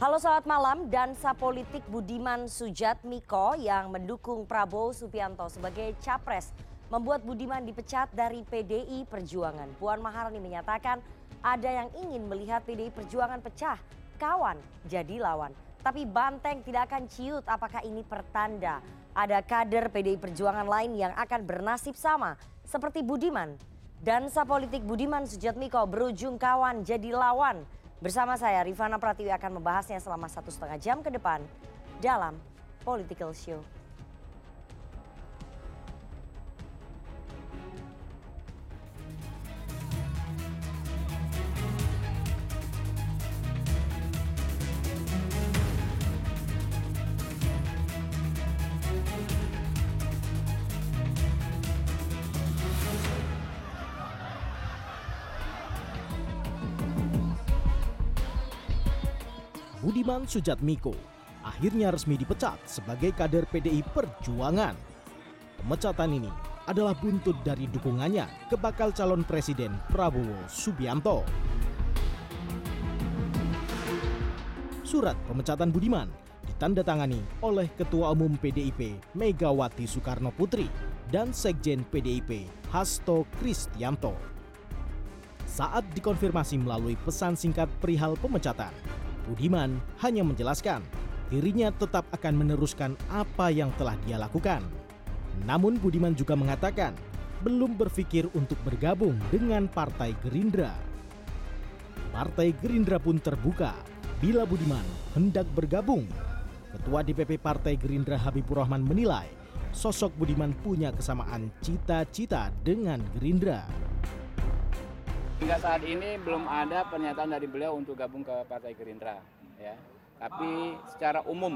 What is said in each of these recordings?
Halo selamat malam, dansa politik Budiman Sujatmiko yang mendukung Prabowo Subianto sebagai capres membuat Budiman dipecat dari PDI Perjuangan. Puan Maharani menyatakan ada yang ingin melihat PDI Perjuangan pecah, kawan jadi lawan. Tapi banteng tidak akan ciut, apakah ini pertanda ada kader PDI Perjuangan lain yang akan bernasib sama seperti Budiman? Dansa politik Budiman Sujatmiko berujung kawan jadi lawan. Bersama saya Rifana Pratiwi akan membahasnya selama 1,5 jam ke depan dalam Political Show. Budiman Sujatmiko akhirnya resmi dipecat sebagai kader PDI Perjuangan. Pemecatan ini adalah buntut dari dukungannya ke bakal calon presiden Prabowo Subianto. Surat pemecatan Budiman ditandatangani oleh Ketua Umum PDIP Megawati Soekarnoputri dan Sekjen PDIP Hasto Kristianto. Saat dikonfirmasi melalui pesan singkat perihal pemecatan, Budiman hanya menjelaskan dirinya tetap akan meneruskan apa yang telah dia lakukan. Namun Budiman juga mengatakan belum berpikir untuk bergabung dengan Partai Gerindra. Partai Gerindra pun terbuka bila Budiman hendak bergabung. Ketua DPP Partai Gerindra Habibur Rahman menilai sosok Budiman punya kesamaan cita-cita dengan Gerindra. Hingga saat ini belum ada pernyataan dari beliau untuk gabung ke Partai Gerindra, ya. Tapi secara umum,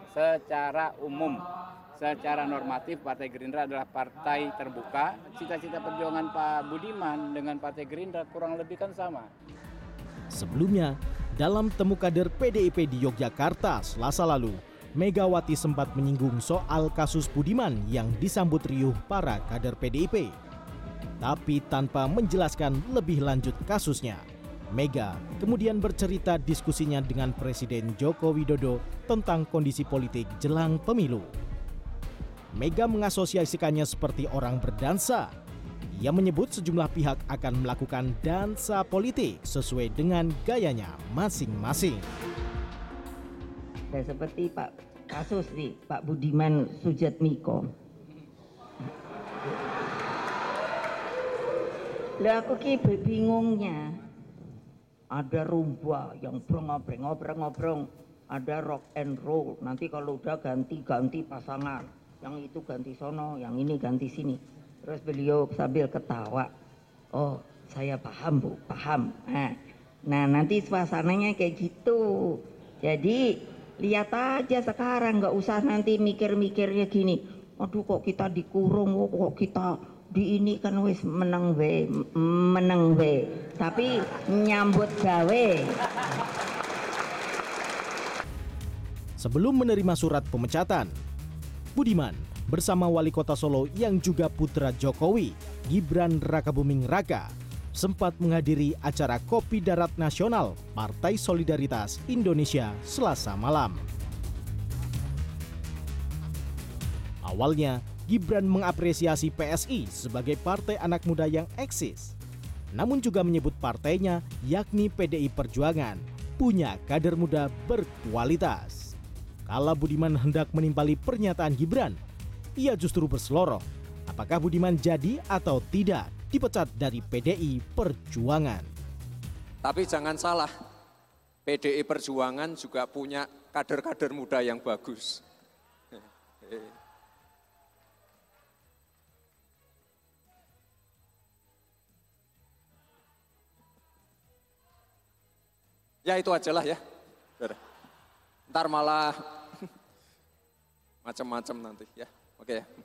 secara normatif Partai Gerindra adalah partai terbuka. Cita-cita perjuangan Pak Budiman dengan Partai Gerindra kurang lebih kan sama. Sebelumnya, dalam temu kader PDIP di Yogyakarta Selasa lalu, Megawati sempat menyinggung soal kasus Budiman yang disambut riuh para kader PDIP. Tapi tanpa menjelaskan lebih lanjut kasusnya, Mega kemudian bercerita diskusinya dengan Presiden Joko Widodo tentang kondisi politik jelang pemilu. Mega mengasosiasikannya seperti orang berdansa. Ia menyebut sejumlah pihak akan melakukan dansa politik sesuai dengan gayanya masing-masing. Seperti kasus nih, Pak Budiman Sujatmiko. Lah aku ki bingungnya, ada rumba yang ngobrol, ada rock and roll. Nanti kalau udah ganti pasangan, yang itu ganti sono, yang ini ganti sini. Terus beliau sambil ketawa, oh saya paham Bu, paham. Nah nanti suasananya kayak gitu. Jadi lihat aja sekarang, nggak usah nanti mikir-mikirnya gini. Aduh kok kita dikurung, kok kita di ini kan wis meneng we, tapi nyambut gawe. Sebelum menerima surat pemecatan, Budiman bersama Wali Kota Solo yang juga putra Jokowi, Gibran Rakabuming Raka, sempat menghadiri acara Kopi Darat Nasional Partai Solidaritas Indonesia Selasa malam. Awalnya, Gibran mengapresiasi PSI sebagai partai anak muda yang eksis. Namun juga menyebut partainya, yakni PDI Perjuangan, punya kader muda berkualitas. Kala Budiman hendak menimpali pernyataan Gibran, ia justru berseloroh. Apakah Budiman jadi atau tidak dipecat dari PDI Perjuangan? Tapi jangan salah, PDI Perjuangan juga punya kader-kader muda yang bagus. Ya itu aja lah ya. Ntar malah macam-macam nanti ya. Oke ya.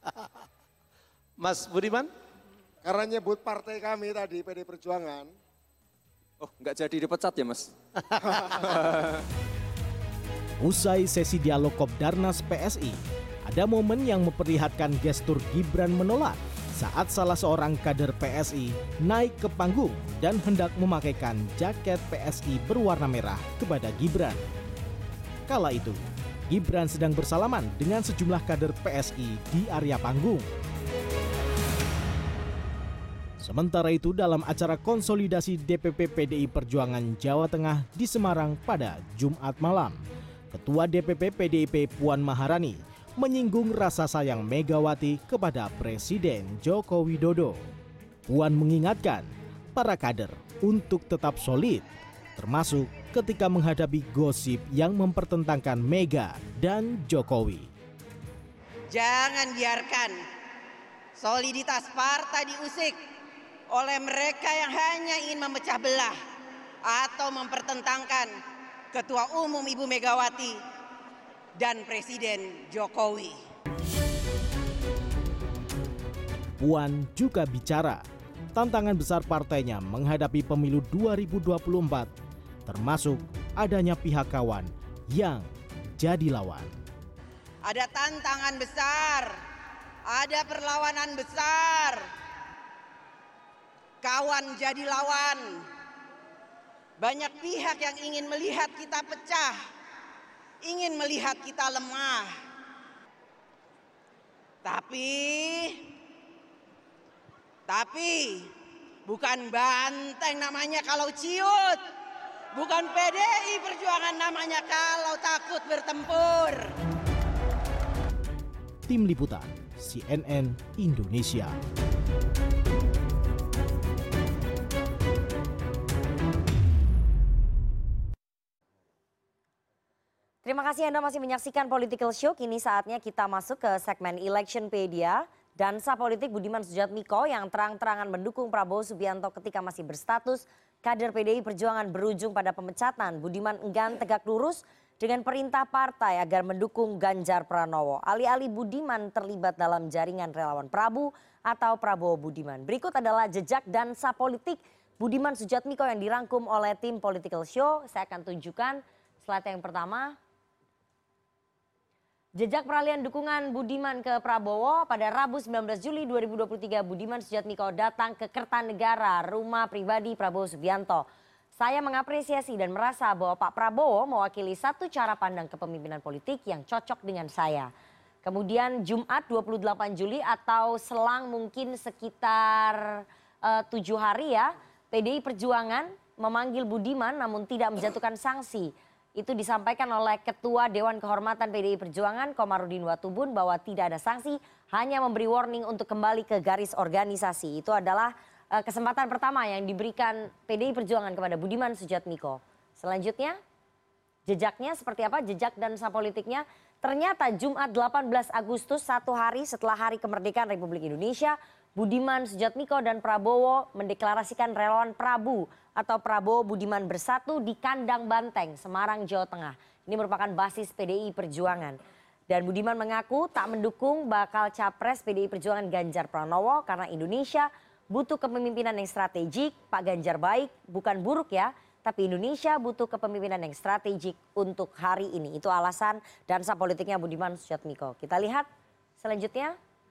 Mas Budiman? Karena nyebut partai kami tadi, PD Perjuangan. Oh nggak jadi dipecat ya Mas? Usai sesi dialog Kopdarnas PSI, ada momen yang memperlihatkan gestur Gibran menolak saat salah seorang kader PSI naik ke panggung dan hendak memakaikan jaket PSI berwarna merah kepada Gibran. Kala itu, Gibran sedang bersalaman dengan sejumlah kader PSI di area panggung. Sementara itu dalam acara konsolidasi DPP PDI Perjuangan Jawa Tengah di Semarang pada Jumat malam, Ketua DPP PDIP Puan Maharani menyinggung rasa sayang Megawati kepada Presiden Joko Widodo. Puan mengingatkan para kader untuk tetap solid, termasuk ketika menghadapi gosip yang mempertentangkan Mega dan Jokowi. Jangan biarkan soliditas partai diusik oleh mereka yang hanya ingin memecah belah atau mempertentangkan Ketua Umum Ibu Megawati dan Presiden Jokowi. Puan juga bicara tantangan besar partainya menghadapi pemilu 2024, termasuk adanya pihak kawan yang jadi lawan. Ada tantangan besar, ada perlawanan besar. Kawan jadi lawan. Banyak pihak yang ingin melihat kita pecah, ingin melihat kita lemah. Tapi bukan banteng namanya kalau ciut. Bukan PDI Perjuangan namanya kalau takut bertempur. Tim Liputan CNN Indonesia. Terima kasih Anda masih menyaksikan Political Show. Kini saatnya kita masuk ke segmen Electionpedia. Dansa politik Budiman Sujatmiko yang terang-terangan mendukung Prabowo Subianto ketika masih berstatus kader PDI Perjuangan berujung pada pemecatan. Budiman enggan tegak lurus dengan perintah partai agar mendukung Ganjar Pranowo. Alih-alih Budiman terlibat dalam jaringan relawan Prabu atau Prabowo Budiman. Berikut adalah jejak dansa politik Budiman Sujatmiko yang dirangkum oleh tim Political Show. Saya akan tunjukkan slide yang pertama. Jejak peralihan dukungan Budiman ke Prabowo pada Rabu 19 Juli 2023, Budiman Sujatmiko datang ke Kertanegara, rumah pribadi Prabowo Subianto. Saya mengapresiasi dan merasa bahwa Pak Prabowo mewakili satu cara pandang kepemimpinan politik yang cocok dengan saya. Kemudian Jumat 28 Juli atau selang mungkin sekitar 7 hari ya, PDI Perjuangan memanggil Budiman namun tidak menjatuhkan sanksi. Itu disampaikan oleh Ketua Dewan Kehormatan PDI Perjuangan Komarudin Watubun bahwa tidak ada sanksi, hanya memberi warning untuk kembali ke garis organisasi. Itu adalah kesempatan pertama yang diberikan PDI Perjuangan kepada Budiman Sujatmiko. Selanjutnya, jejaknya seperti apa? Jejak dansa politiknya. Ternyata Jumat 18 Agustus, 1 hari setelah Hari Kemerdekaan Republik Indonesia, Budiman Sujatmiko dan Prabowo mendeklarasikan relawan Prabu atau Prabowo Budiman bersatu di Kandang Banteng, Semarang, Jawa Tengah. Ini merupakan basis PDI Perjuangan. Dan Budiman mengaku tak mendukung bakal capres PDI Perjuangan Ganjar Pranowo karena Indonesia butuh kepemimpinan yang strategik. Pak Ganjar baik, bukan buruk ya, tapi Indonesia butuh kepemimpinan yang strategik untuk hari ini. Itu alasan dansa politiknya Budiman Sujatmiko. Kita lihat selanjutnya.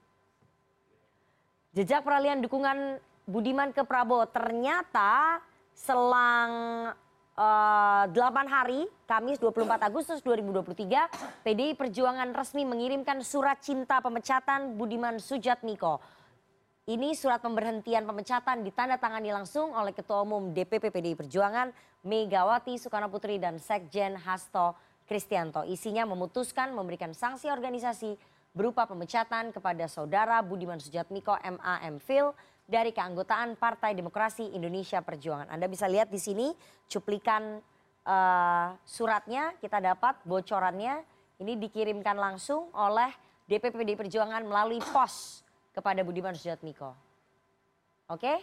Jejak peralihan dukungan Budiman ke Prabowo ternyata selang 8 hari, Kamis 24 Agustus 2023, PDI Perjuangan resmi mengirimkan surat cinta pemecatan Budiman Sujatmiko. Ini surat pemberhentian pemecatan ditandatangani langsung oleh Ketua Umum DPP PDI Perjuangan Megawati Soekarnoputri dan Sekjen Hasto Kristianto. Isinya memutuskan memberikan sanksi organisasi berupa pemecatan kepada saudara Budiman Sujatmiko MA.Phil dari keanggotaan Partai Demokrasi Indonesia Perjuangan. Anda bisa lihat di sini cuplikan suratnya, kita dapat bocorannya. Ini dikirimkan langsung oleh DPP PDI Perjuangan melalui pos kepada Budiman Sujatmiko. Oke?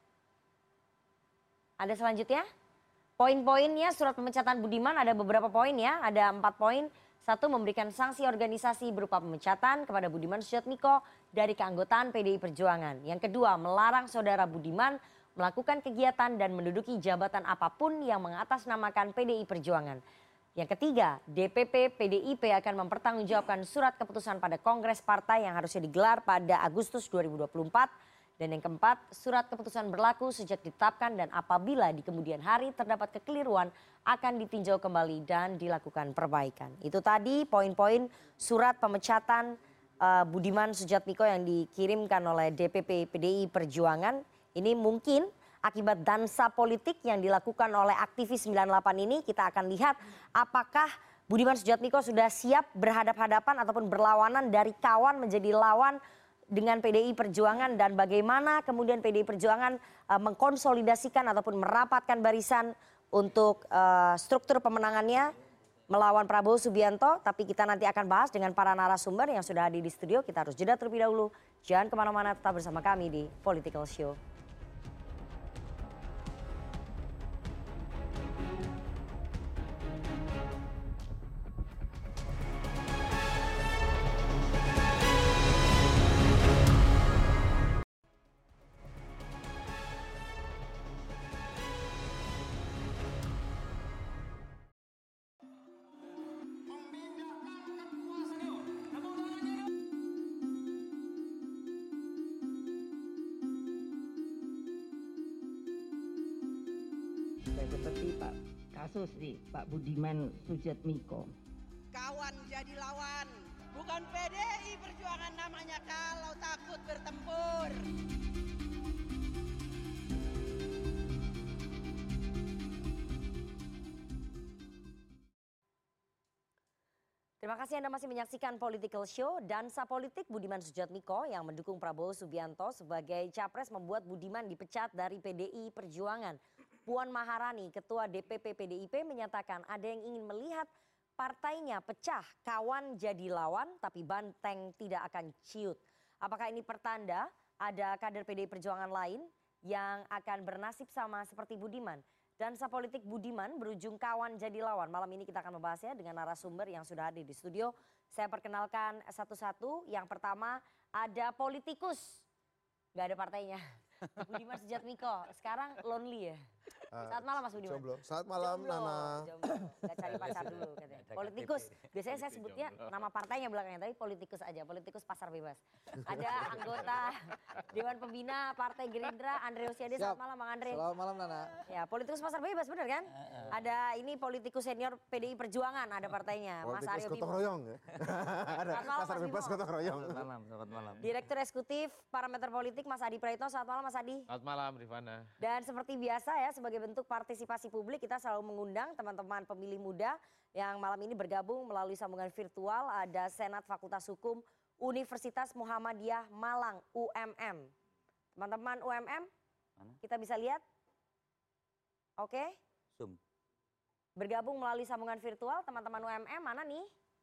Ada selanjutnya? Poin-poinnya surat pemecatan Budiman ada beberapa poin ya, ada 4 poin. 1, memberikan sanksi organisasi berupa pemecatan kepada Budiman Sujatmiko dari keanggotaan PDI Perjuangan. Yang kedua, melarang saudara Budiman melakukan kegiatan dan menduduki jabatan apapun yang mengatasnamakan PDI Perjuangan. Yang ketiga, DPP PDIP akan mempertanggungjawabkan surat keputusan pada Kongres Partai yang harusnya digelar pada Agustus 2024 Dan yang keempat, surat keputusan berlaku sejak ditetapkan dan apabila di kemudian hari terdapat kekeliruan akan ditinjau kembali dan dilakukan perbaikan. Itu tadi poin-poin surat pemecatan Budiman Sujatmiko yang dikirimkan oleh DPP PDI Perjuangan. Ini mungkin akibat dansa politik yang dilakukan oleh aktivis 98 ini. Kita akan lihat apakah Budiman Sujatmiko sudah siap berhadap-hadapan ataupun berlawanan dari kawan menjadi lawan dengan PDI Perjuangan dan bagaimana kemudian PDI Perjuangan mengkonsolidasikan ataupun merapatkan barisan untuk struktur pemenangannya melawan Prabowo Subianto. Tapi kita nanti akan bahas dengan para narasumber yang sudah hadir di studio. Kita harus jeda terlebih dahulu. Jangan kemana-mana, tetap bersama kami di Political Show. Seperti kasus Pak Budiman Sujatmiko. Kawan jadi lawan, bukan PDI Perjuangan namanya kalau takut bertempur. Terima kasih Anda masih menyaksikan Political Show. Dansa politik Budiman Sujatmiko yang mendukung Prabowo Subianto sebagai capres membuat Budiman dipecat dari PDI Perjuangan. Puan Maharani, Ketua DPP PDIP menyatakan ada yang ingin melihat partainya pecah, kawan jadi lawan tapi banteng tidak akan ciut. Apakah ini pertanda ada kader PDI Perjuangan lain yang akan bernasib sama seperti Budiman? Dansa politik Budiman berujung kawan jadi lawan. Malam ini kita akan membahasnya dengan narasumber yang sudah hadir di studio. Saya perkenalkan satu-satu. Yang pertama ada politikus, nggak ada partainya. Budiman Sujatmiko, sekarang lonely ya? Selamat malam Mas Budiman. Jomblo. Selamat malam Nana. Gak cari pacar dulu katanya. Politikus, biasanya saya sebutnya nama partainya belakangnya, tapi politikus aja, politikus pasar bebas. Ada anggota Dewan Pembina Partai Gerindra, Andre Rosiade. Selamat malam Bang Andre. Selamat malam Nana. Ya, politikus pasar bebas benar kan? Ada ini politikus senior PDI Perjuangan, ada partainya, Mas Aryo Politikus Bimo. gotong royong ya. Ada Selamat malam, pasar Mas bebas Bimo. gotong royong. Selamat malam. Direktur Eksekutif Parameter Politik Mas Adi Praitno. Selamat malam Mas Adi. Selamat malam Rifana. Dan seperti biasa ya, sebagai bentuk partisipasi publik kita selalu mengundang teman-teman pemilih muda yang malam ini bergabung melalui sambungan virtual. Ada Senat Fakultas Hukum Universitas Muhammadiyah Malang UMM. Teman-teman UMM, kita bisa lihat? Oke. Zoom. Bergabung melalui sambungan virtual teman-teman UMM mana nih?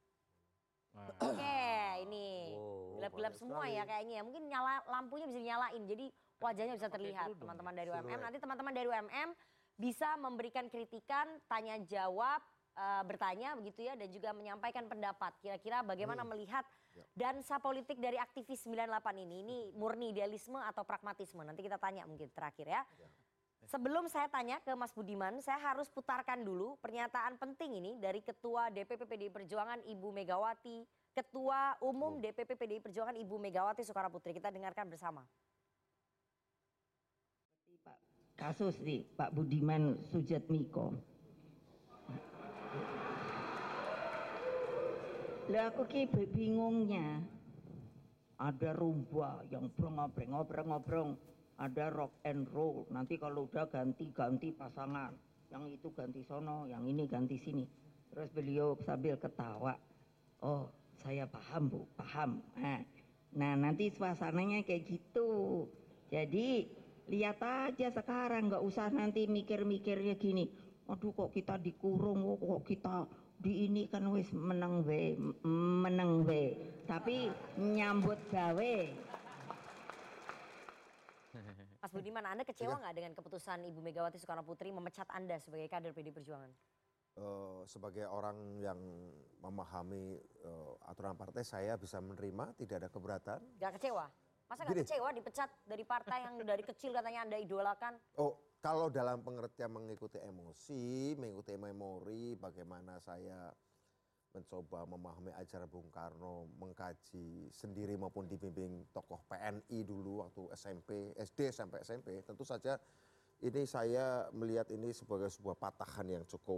Oke, ini gelap-gelap semua ya kayaknya ya. Mungkin lampunya bisa dinyalain, jadi wajahnya bisa terlihat teman-teman dari UMM. Nanti teman-teman dari UMM bisa memberikan kritikan, tanya jawab, bertanya begitu ya, dan juga menyampaikan pendapat. Kira-kira bagaimana melihat dansa politik dari aktivis 98 ini? Ini murni idealisme atau pragmatisme? Nanti kita tanya mungkin terakhir ya. Sebelum saya tanya ke Mas Budiman, saya harus putarkan dulu pernyataan penting ini dari Ketua DPP PDI Perjuangan Ibu Megawati, Ketua Umum DPP PDI Perjuangan Ibu Megawati Soekarnoputri. Kita dengarkan bersama. Kasus Pak Budiman Sujatmiko. Lah aku bingungnya. Ada rumba yang ngobrol, ada rock and roll. Nanti kalau udah ganti pasangan. Yang itu ganti sono, yang ini ganti sini. Terus beliau sambil ketawa. Oh, saya paham Bu, paham. Nah nanti suasananya kayak gitu. Jadi lihat aja sekarang, nggak usah nanti mikir-mikirnya gini. Aduh kok kita dikurung, kok kita di ini kan wis meneng we. Tapi nyambut gawe. Mas Budiman, Anda kecewa nggak dengan keputusan Ibu Megawati Soekarnoputri memecat Anda sebagai kader PDI Perjuangan? Sebagai orang yang memahami aturan partai, saya bisa menerima, tidak ada keberatan. Gak kecewa? Masa gak kecewa dipecat dari partai yang dari kecil katanya Anda idolakan? Oh, kalau dalam pengertian mengikuti emosi, mengikuti memori, bagaimana saya mencoba memahami ajaran Bung Karno, mengkaji sendiri maupun dibimbing tokoh PNI dulu waktu SMP, SD sampai SMP, tentu saja ini saya melihat ini sebagai sebuah patahan yang cukup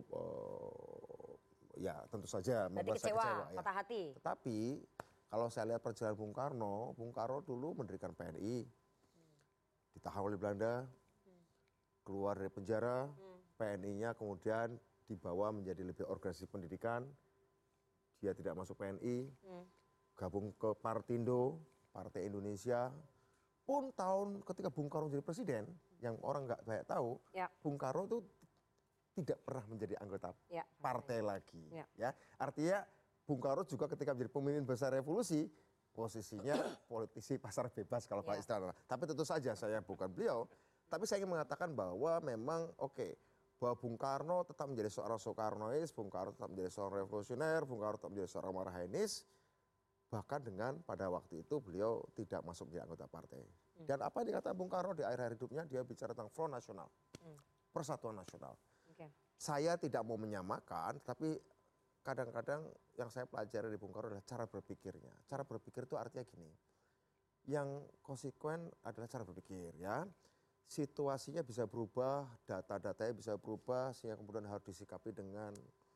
ya tentu saja membuat saya kecewa. Ya. Patah hati. Tetapi kalau saya lihat perjalanan Bung Karno dulu mendirikan PNI, ditahan oleh Belanda, keluar dari penjara, PNI-nya kemudian dibawa menjadi lebih organisasi pendidikan, dia tidak masuk PNI, gabung ke Partindo, Partai Indonesia, pun tahun ketika Bung Karno jadi presiden, yang orang nggak banyak tahu, Bung Karno itu tidak pernah menjadi anggota partai lagi. Ya, artinya Bung Karno juga ketika menjadi pemimpin besar revolusi, posisinya politisi pasar bebas kalau Pak Istana. Tapi tentu saja saya bukan beliau, tapi saya ingin mengatakan bahwa memang bahwa Bung Karno tetap menjadi seorang Soekarnois, Bung Karno tetap menjadi seorang revolusioner, Bung Karno tetap menjadi seorang marhainis, bahkan dengan pada waktu itu beliau tidak masuk di anggota partai. Dan apa yang dikatakan Bung Karno di akhir hidupnya, dia bicara tentang Front Nasional, Persatuan Nasional. Saya tidak mau menyamakan, tapi kadang-kadang yang saya pelajari dari Bung Karno adalah cara berpikirnya. Cara berpikir itu artinya gini, yang konsekuen adalah cara berpikir ya. Situasinya bisa berubah, data-datanya bisa berubah, sehingga kemudian harus disikapi dengan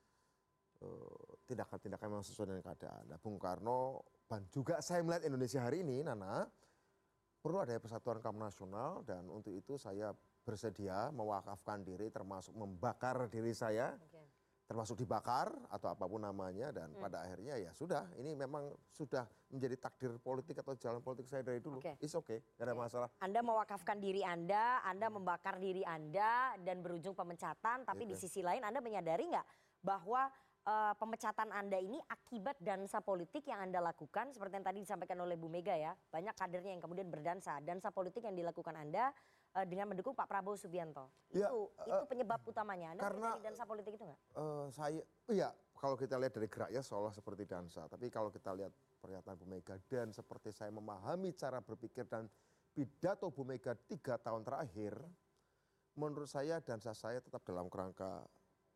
tindakan-tindakan yang sesuai dengan keadaan. Nah, Bung Karno dan juga saya melihat Indonesia hari ini, Nana, perlu ada persatuan kaum nasional, dan untuk itu saya bersedia mewakafkan diri, termasuk membakar diri saya. Termasuk dibakar atau apapun namanya, dan pada akhirnya ya sudah, ini memang sudah menjadi takdir politik atau jalan politik saya dari dulu. It's okay, gak ada masalah. Anda mewakafkan diri Anda membakar diri Anda dan berujung pemecatan, tapi di sisi lain Anda menyadari nggak bahwa pemecatan Anda ini akibat dansa politik yang Anda lakukan, seperti yang tadi disampaikan oleh Bu Mega ya, banyak kadernya yang kemudian berdansa, dansa politik yang dilakukan Anda dengan mendukung Pak Prabowo Subianto. Ya, itu penyebab utamanya. Anda karena dari dansa politik itu nggak? Kalau kita lihat dari geraknya seolah seperti dansa, tapi kalau kita lihat pernyataan Bu Mega dan seperti saya memahami cara berpikir dan pidato Bu Mega 3 tahun terakhir, menurut saya dansa saya tetap dalam kerangka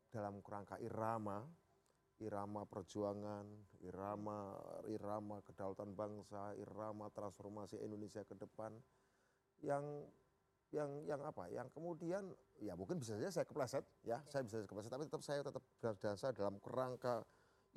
irama perjuangan, irama kedaulatan bangsa, irama transformasi Indonesia ke depan yang kemudian ya mungkin bisa saja saya kepleset ya, saya bisa kepleset, tapi saya tetap berdansa dalam kerangka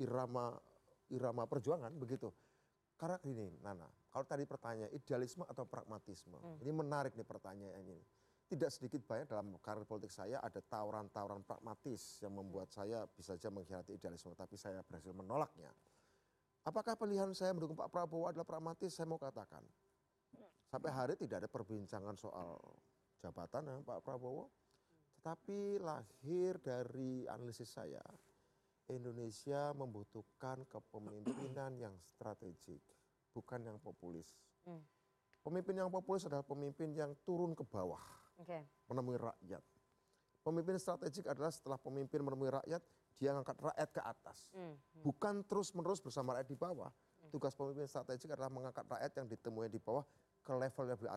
irama perjuangan begitu. Karena gini Nana, kalau tadi pertanyaan idealisme atau pragmatisme, ini menarik nih pertanyaannya ini. Tidak sedikit banyak dalam karir politik saya ada tawaran-tawaran pragmatis yang membuat saya bisa saja mengkhianati idealisme, tapi saya berhasil menolaknya. Apakah pilihan saya mendukung Pak Prabowo adalah pragmatis? Saya mau katakan, sampai hari tidak ada perbincangan soal jabatan dengan Pak Prabowo, tetapi lahir dari analisis saya, Indonesia membutuhkan kepemimpinan yang strategik, bukan yang populis. Pemimpin yang populis adalah pemimpin yang turun ke bawah, menemui rakyat. Pemimpin strategik adalah setelah pemimpin menemui rakyat, dia ngangkat rakyat ke atas. Bukan terus-menerus bersama rakyat di bawah. Tugas pemimpin strategik adalah mengangkat rakyat yang ditemui di bawah ke level lebih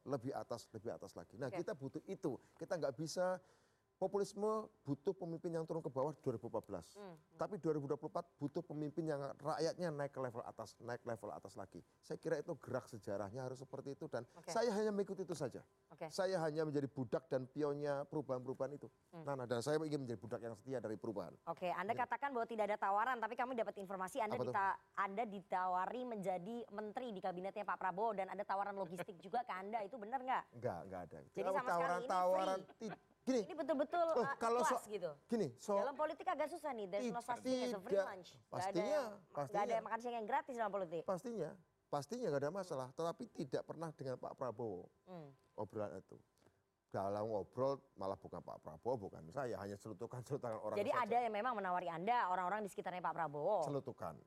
atas lagi. Nah, kita butuh itu. Kita nggak bisa populisme butuh pemimpin yang turun ke bawah 2014. Tapi 2024 butuh pemimpin yang rakyatnya naik level atas lagi. Saya kira itu gerak sejarahnya harus seperti itu, dan saya hanya mengikuti itu saja. Saya hanya menjadi budak dan pionnya perubahan-perubahan itu. Dan saya ingin menjadi budak yang setia dari perubahan. Anda katakan bahwa tidak ada tawaran, tapi kami dapat informasi Anda ditawari menjadi menteri di kabinetnya Pak Prabowo, dan ada tawaran logistik juga ke Anda, itu benar nggak? Enggak ada. Jadi sama sekali ini free. Gini, ini betul-betul kelas gitu. Dalam politik agak susah nih, there's no such thing as a free lunch. Pastinya. Gak ada makan siang yang gratis dalam politik. Pastinya gak ada masalah. Tetapi tidak pernah dengan Pak Prabowo obrolan itu. Dalam ngobrol malah bukan Pak Prabowo, bukan saya, hanya celutukan-celutukan orang. Jadi ada yang memang menawari Anda, orang-orang di sekitarnya Pak Prabowo. Celutukan.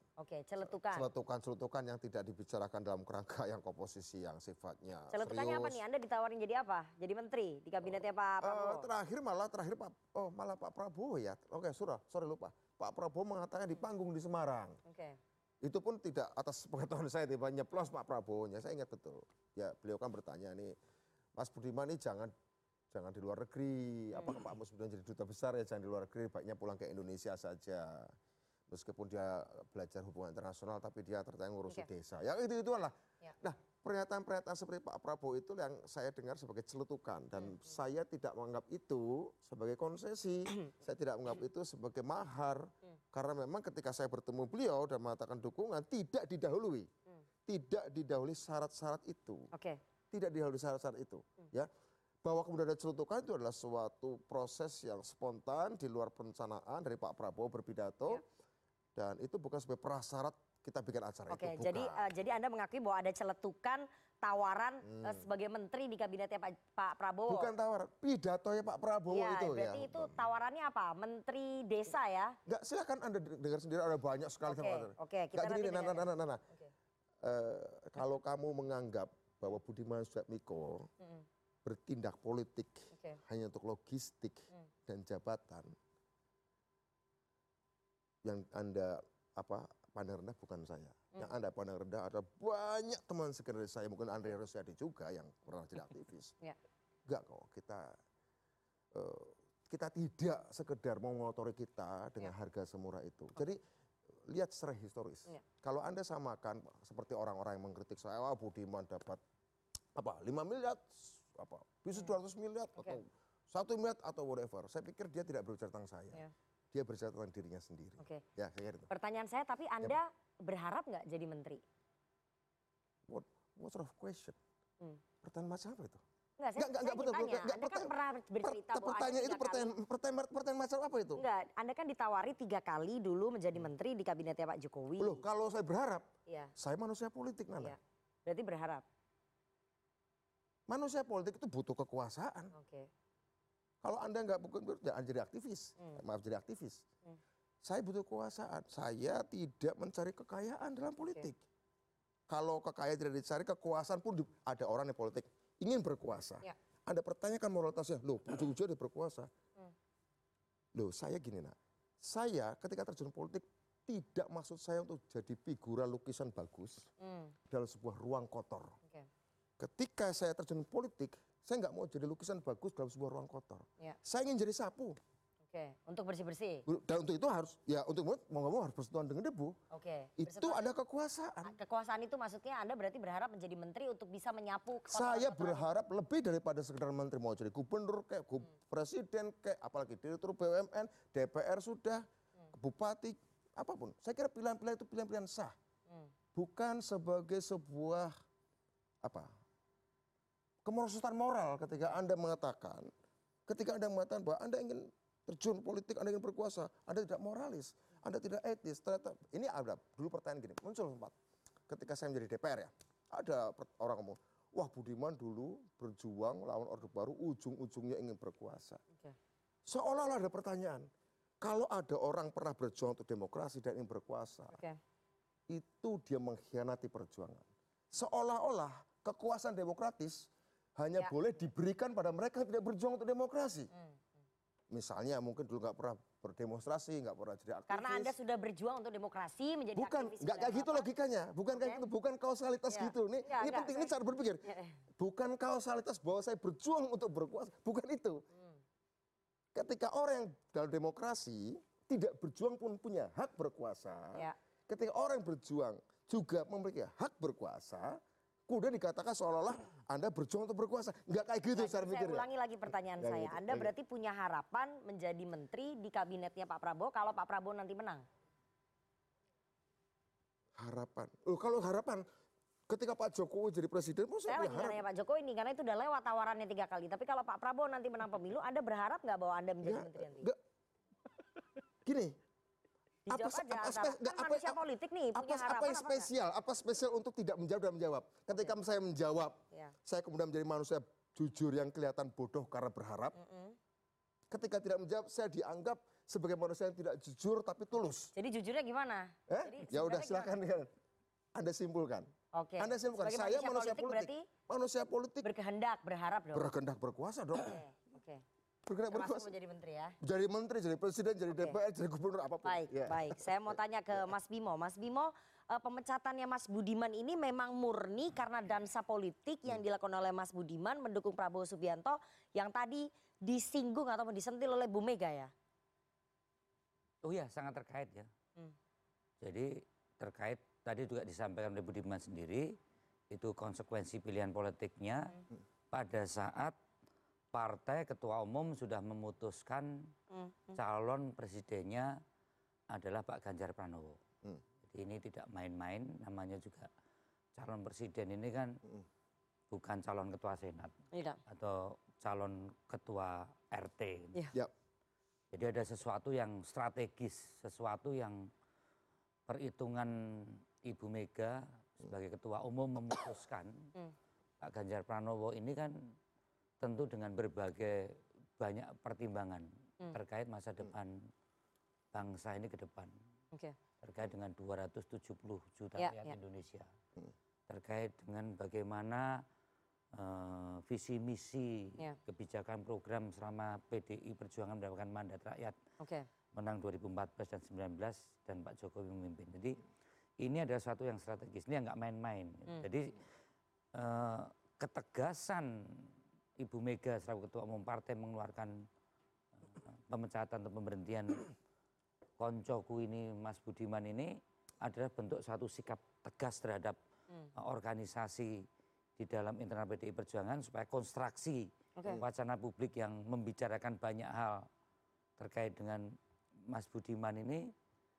Celutukan yang tidak dibicarakan dalam kerangka yang komposisi yang sifatnya celutukannya serius. Apa nih? Anda ditawarin jadi apa? Jadi menteri di kabinetnya Pak Prabowo? Terakhir Pak Prabowo ya. Sorry lupa. Pak Prabowo mengatakan di panggung di Semarang. Itu pun tidak atas pengetahuan saya, tiba nyeplos Pak Prabowo-nya. Saya ingat betul. Ya, beliau kan bertanya nih, Mas Budiman ini jangan di luar negeri, apakah Pak Mus Budiman jadi duta besar ya, jangan di luar negeri, baiknya pulang ke Indonesia saja. Meskipun dia belajar hubungan internasional, tapi dia ternyata ngurusi desa. Ya itu-ituan lah. Ya. Nah, pernyataan-pernyataan seperti Pak Prabowo itu yang saya dengar sebagai celutukan. Dan saya tidak menganggap itu sebagai konsesi. Saya tidak menganggap itu sebagai mahar. Karena memang ketika saya bertemu beliau dan mengatakan dukungan, tidak didahului. Tidak didahului syarat-syarat itu. Tidak didahului syarat-syarat itu. Ya. Bahwa kemudian ada celutukan itu adalah suatu proses yang spontan di luar perencanaan dari Pak Prabowo berpidato. Dan itu bukan sebagai prasyarat kita bikin acara itu. Bukan. Jadi Anda mengakui bahwa ada celetukan tawaran sebagai menteri di kabinetnya Pak Prabowo. Bukan tawaran, pidatonya Pak Prabowo ya, itu. Berarti itu tawarannya apa? Menteri Desa ya? Enggak, silakan Anda dengar sendiri, ada banyak sekali. Oke, kita nanti dengar. Kalau kamu menganggap bahwa Budiman Sujatmiko bertindak politik hanya untuk logistik dan jabatan, yang Anda pandang rendah bukan saya. Yang Anda pandang rendah adalah banyak teman sekedar saya, mungkin Andre Rosiade juga yang pernah jadi aktivis. Enggak kok, kita tidak sekedar mau mengotori kita dengan harga semurah itu. Jadi lihat secara historis. Kalau Anda samakan seperti orang-orang yang mengkritik saya, wah Budiman dapat 5 miliar, bisa 200 miliar atau 1 miliar atau whatever. Saya pikir dia tidak berbicara tentang saya. Dia berbicara tentang dirinya sendiri. Ya, saya kira itu. Pertanyaan saya, tapi Anda berharap nggak jadi menteri? What sort of question? Pertanyaan macam apa itu? Enggak, saya betul. ditanya. Anda kan pernah bercerita bahwa pertanyaan itu pertanyaan macam apa itu? Enggak, Anda kan ditawari 3 kali dulu menjadi menteri di kabinetnya Pak Jokowi. Loh, kalau saya berharap, saya manusia politik, Nana. Berarti berharap? Manusia politik itu butuh kekuasaan. Kalau Anda nggak jangan jadi aktivis, maaf jadi aktivis. Saya butuh kekuasaan. Saya tidak mencari kekayaan dalam politik. Kalau kekayaan tidak dicari, kekuasaan pun ada orang yang politik ingin berkuasa. Anda pertanyakan moralitasnya, loh ujung-ujungnya dia berkuasa. Loh saya gini nak, saya ketika terjun politik tidak maksud saya untuk jadi figura lukisan bagus dalam sebuah ruang kotor. Ketika saya terjun politik, saya nggak mau jadi lukisan bagus dalam sebuah ruang kotor. Saya ingin jadi sapu. Untuk bersih-bersih. Dan untuk itu harus, ya untuk mau nggak mau harus bersentuhan dengan debu. Itu ada kekuasaan. Kekuasaan itu maksudnya Anda berarti berharap menjadi menteri untuk bisa menyapu. Saya berharap lebih daripada sekedar menteri, mau jadi gubernur, kayak presiden, kayak apalagi direktur BUMN, DPR sudah, bupati, apapun. Saya kira pilihan-pilihan itu pilihan-pilihan sah. Bukan sebagai sebuah kemerosotan moral ketika Anda mengatakan bahwa Anda ingin terjun politik, Anda ingin berkuasa, Anda tidak moralis, Anda tidak etis. Ternyata ini ada dulu pertanyaan gini, muncul sempat ketika saya menjadi DPR ya, ada orang ngomong, wah Budiman dulu berjuang lawan Orde Baru, ujung-ujungnya ingin berkuasa. Seolah-olah ada pertanyaan, kalau ada orang pernah berjuang untuk demokrasi dan ingin berkuasa, itu dia mengkhianati perjuangan. Seolah-olah kekuasaan demokratis hanya boleh diberikan pada mereka yang tidak berjuang untuk demokrasi. Misalnya mungkin dulu nggak pernah berdemonstrasi, nggak pernah jadi aktivis. Karena Anda sudah berjuang untuk demokrasi menjadi aktivis. Nggak kayak gitu logikanya, bukan kayak gitu, bukan kausalitas gitu. Ini penting, ini cara berpikir. Bukan kausalitas bahwa saya berjuang untuk berkuasa, bukan itu. Ketika orang yang dalam demokrasi tidak berjuang pun punya hak berkuasa. Ketika orang yang berjuang juga memiliki hak berkuasa, kemudian dikatakan seolah-olah Anda berjuang untuk berkuasa. Enggak kayak gitu cara mikirnya. Saya ulangi lagi pertanyaan saya. Anda berarti punya harapan menjadi menteri di kabinetnya Pak Prabowo kalau Pak Prabowo nanti menang? Harapan? Kalau harapan, ketika Pak Jokowi jadi presiden, saya lagi nanya Pak Jokowi ini, karena itu udah lewat tawarannya 3 kali. Tapi kalau Pak Prabowo nanti menang pemilu, Anda berharap nggak bahwa Anda menjadi menteri nanti? Gini. Manusia politik nih punya harapan apa yang spesial? Apa spesial untuk tidak menjawab dan menjawab? Ketika saya menjawab, saya kemudian menjadi manusia jujur yang kelihatan bodoh karena berharap. Ketika tidak menjawab, saya dianggap sebagai manusia yang tidak jujur tapi tulus. Jadi jujurnya gimana? Ya udah silakan Anda simpulkan. Anda simpulkan. Saya manusia politik. Berkehendak, berharap dong. Berkehendak berkuasa dong. Termasuk menjadi menteri ya? Jadi menteri, jadi presiden, jadi DPR, jadi gubernur, apapun. Baik. Saya mau tanya ke Mas Bimo. Mas Bimo, pemecatannya Mas Budiman ini memang murni karena dansa politik yang dilakukan oleh Mas Budiman mendukung Prabowo Subianto yang tadi disinggung atau disentil oleh Bu Mega ya? Oh iya, sangat terkait ya. Jadi terkait tadi juga disampaikan oleh Budiman sendiri, itu konsekuensi pilihan politiknya pada saat partai ketua umum sudah memutuskan calon presidennya adalah Pak Ganjar Pranowo. Jadi ini tidak main-main, namanya juga calon presiden ini kan bukan calon ketua senat atau calon ketua RT. Jadi ada sesuatu yang strategis, sesuatu yang perhitungan Ibu Mega sebagai ketua umum memutuskan Pak Ganjar Pranowo ini kan tentu dengan berbagai banyak pertimbangan terkait masa depan bangsa ini ke depan. Terkait dengan 270 juta rakyat Indonesia. Terkait dengan bagaimana visi misi kebijakan program selama PDI Perjuangan mendapatkan mandat rakyat menang 2014 dan 2019 dan Pak Jokowi memimpin. Jadi ini adalah sesuatu yang strategis, ini nggak main-main. Jadi ketegasan Ibu Mega selaku ketua umum partai mengeluarkan pemecatan atau pemberhentian koncoku ini Mas Budiman ini adalah bentuk suatu sikap tegas terhadap organisasi di dalam internal PDI Perjuangan supaya konstruksi wacana publik yang membicarakan banyak hal terkait dengan Mas Budiman ini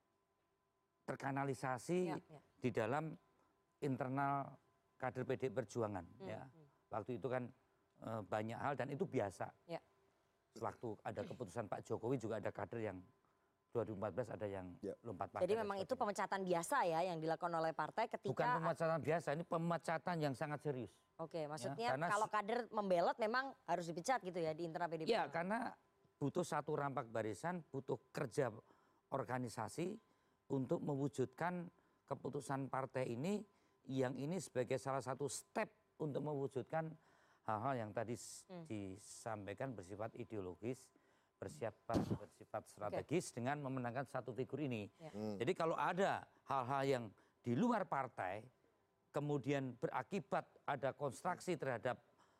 terkanalisasi di dalam internal kader PDI Perjuangan. Waktu itu kan banyak hal dan itu biasa. Waktu ada keputusan Pak Jokowi juga ada kader yang 2014 ada yang lompat partai. Jadi memang itu pemecatan biasa ya yang dilakukan oleh partai ketika... Bukan pemecatan biasa, ini pemecatan yang sangat serius. Oke, maksudnya kalau kader membelot memang harus dipecat gitu ya di internal PDI. Iya, karena butuh satu rampak barisan, butuh kerja organisasi untuk mewujudkan keputusan partai ini yang ini sebagai salah satu step untuk mewujudkan hal-hal yang tadi disampaikan bersifat ideologis, bersifat strategis dengan memenangkan satu figur ini. Jadi kalau ada hal-hal yang di luar partai, kemudian berakibat ada konstruksi terhadap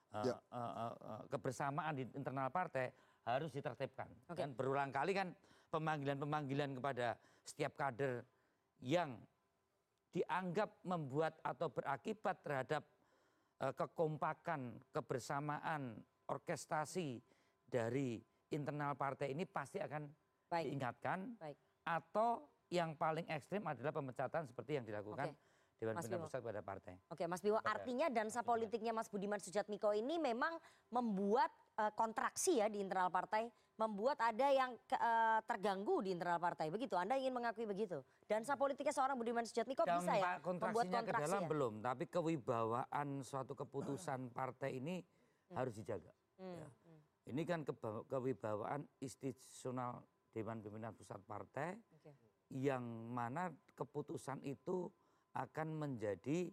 kebersamaan di internal partai, harus ditertibkan. Dan berulang kali kan pemanggilan-pemanggilan kepada setiap kader yang dianggap membuat atau berakibat terhadap kekompakan, kebersamaan, orkestrasi dari internal partai ini pasti akan diingatkan. Atau yang paling ekstrim adalah pemecatan seperti yang dilakukan Dewan Pimpinan Pusat pada partai. Oke, Mas Bimo, artinya dansa politiknya Mas Budiman Sujatmiko ini memang membuat kontraksi ya di internal partai, membuat ada yang terganggu di internal partai. Begitu, Anda ingin mengakui begitu? Dansa politiknya seorang Budiman Sujatmiko bisa ya membuat kontraksi ke dalam ya? Belum, tapi kewibawaan suatu keputusan partai ini harus dijaga. Ini kan kewibawaan institusional Dewan Pimpinan Pusat Partai yang mana keputusan itu akan menjadi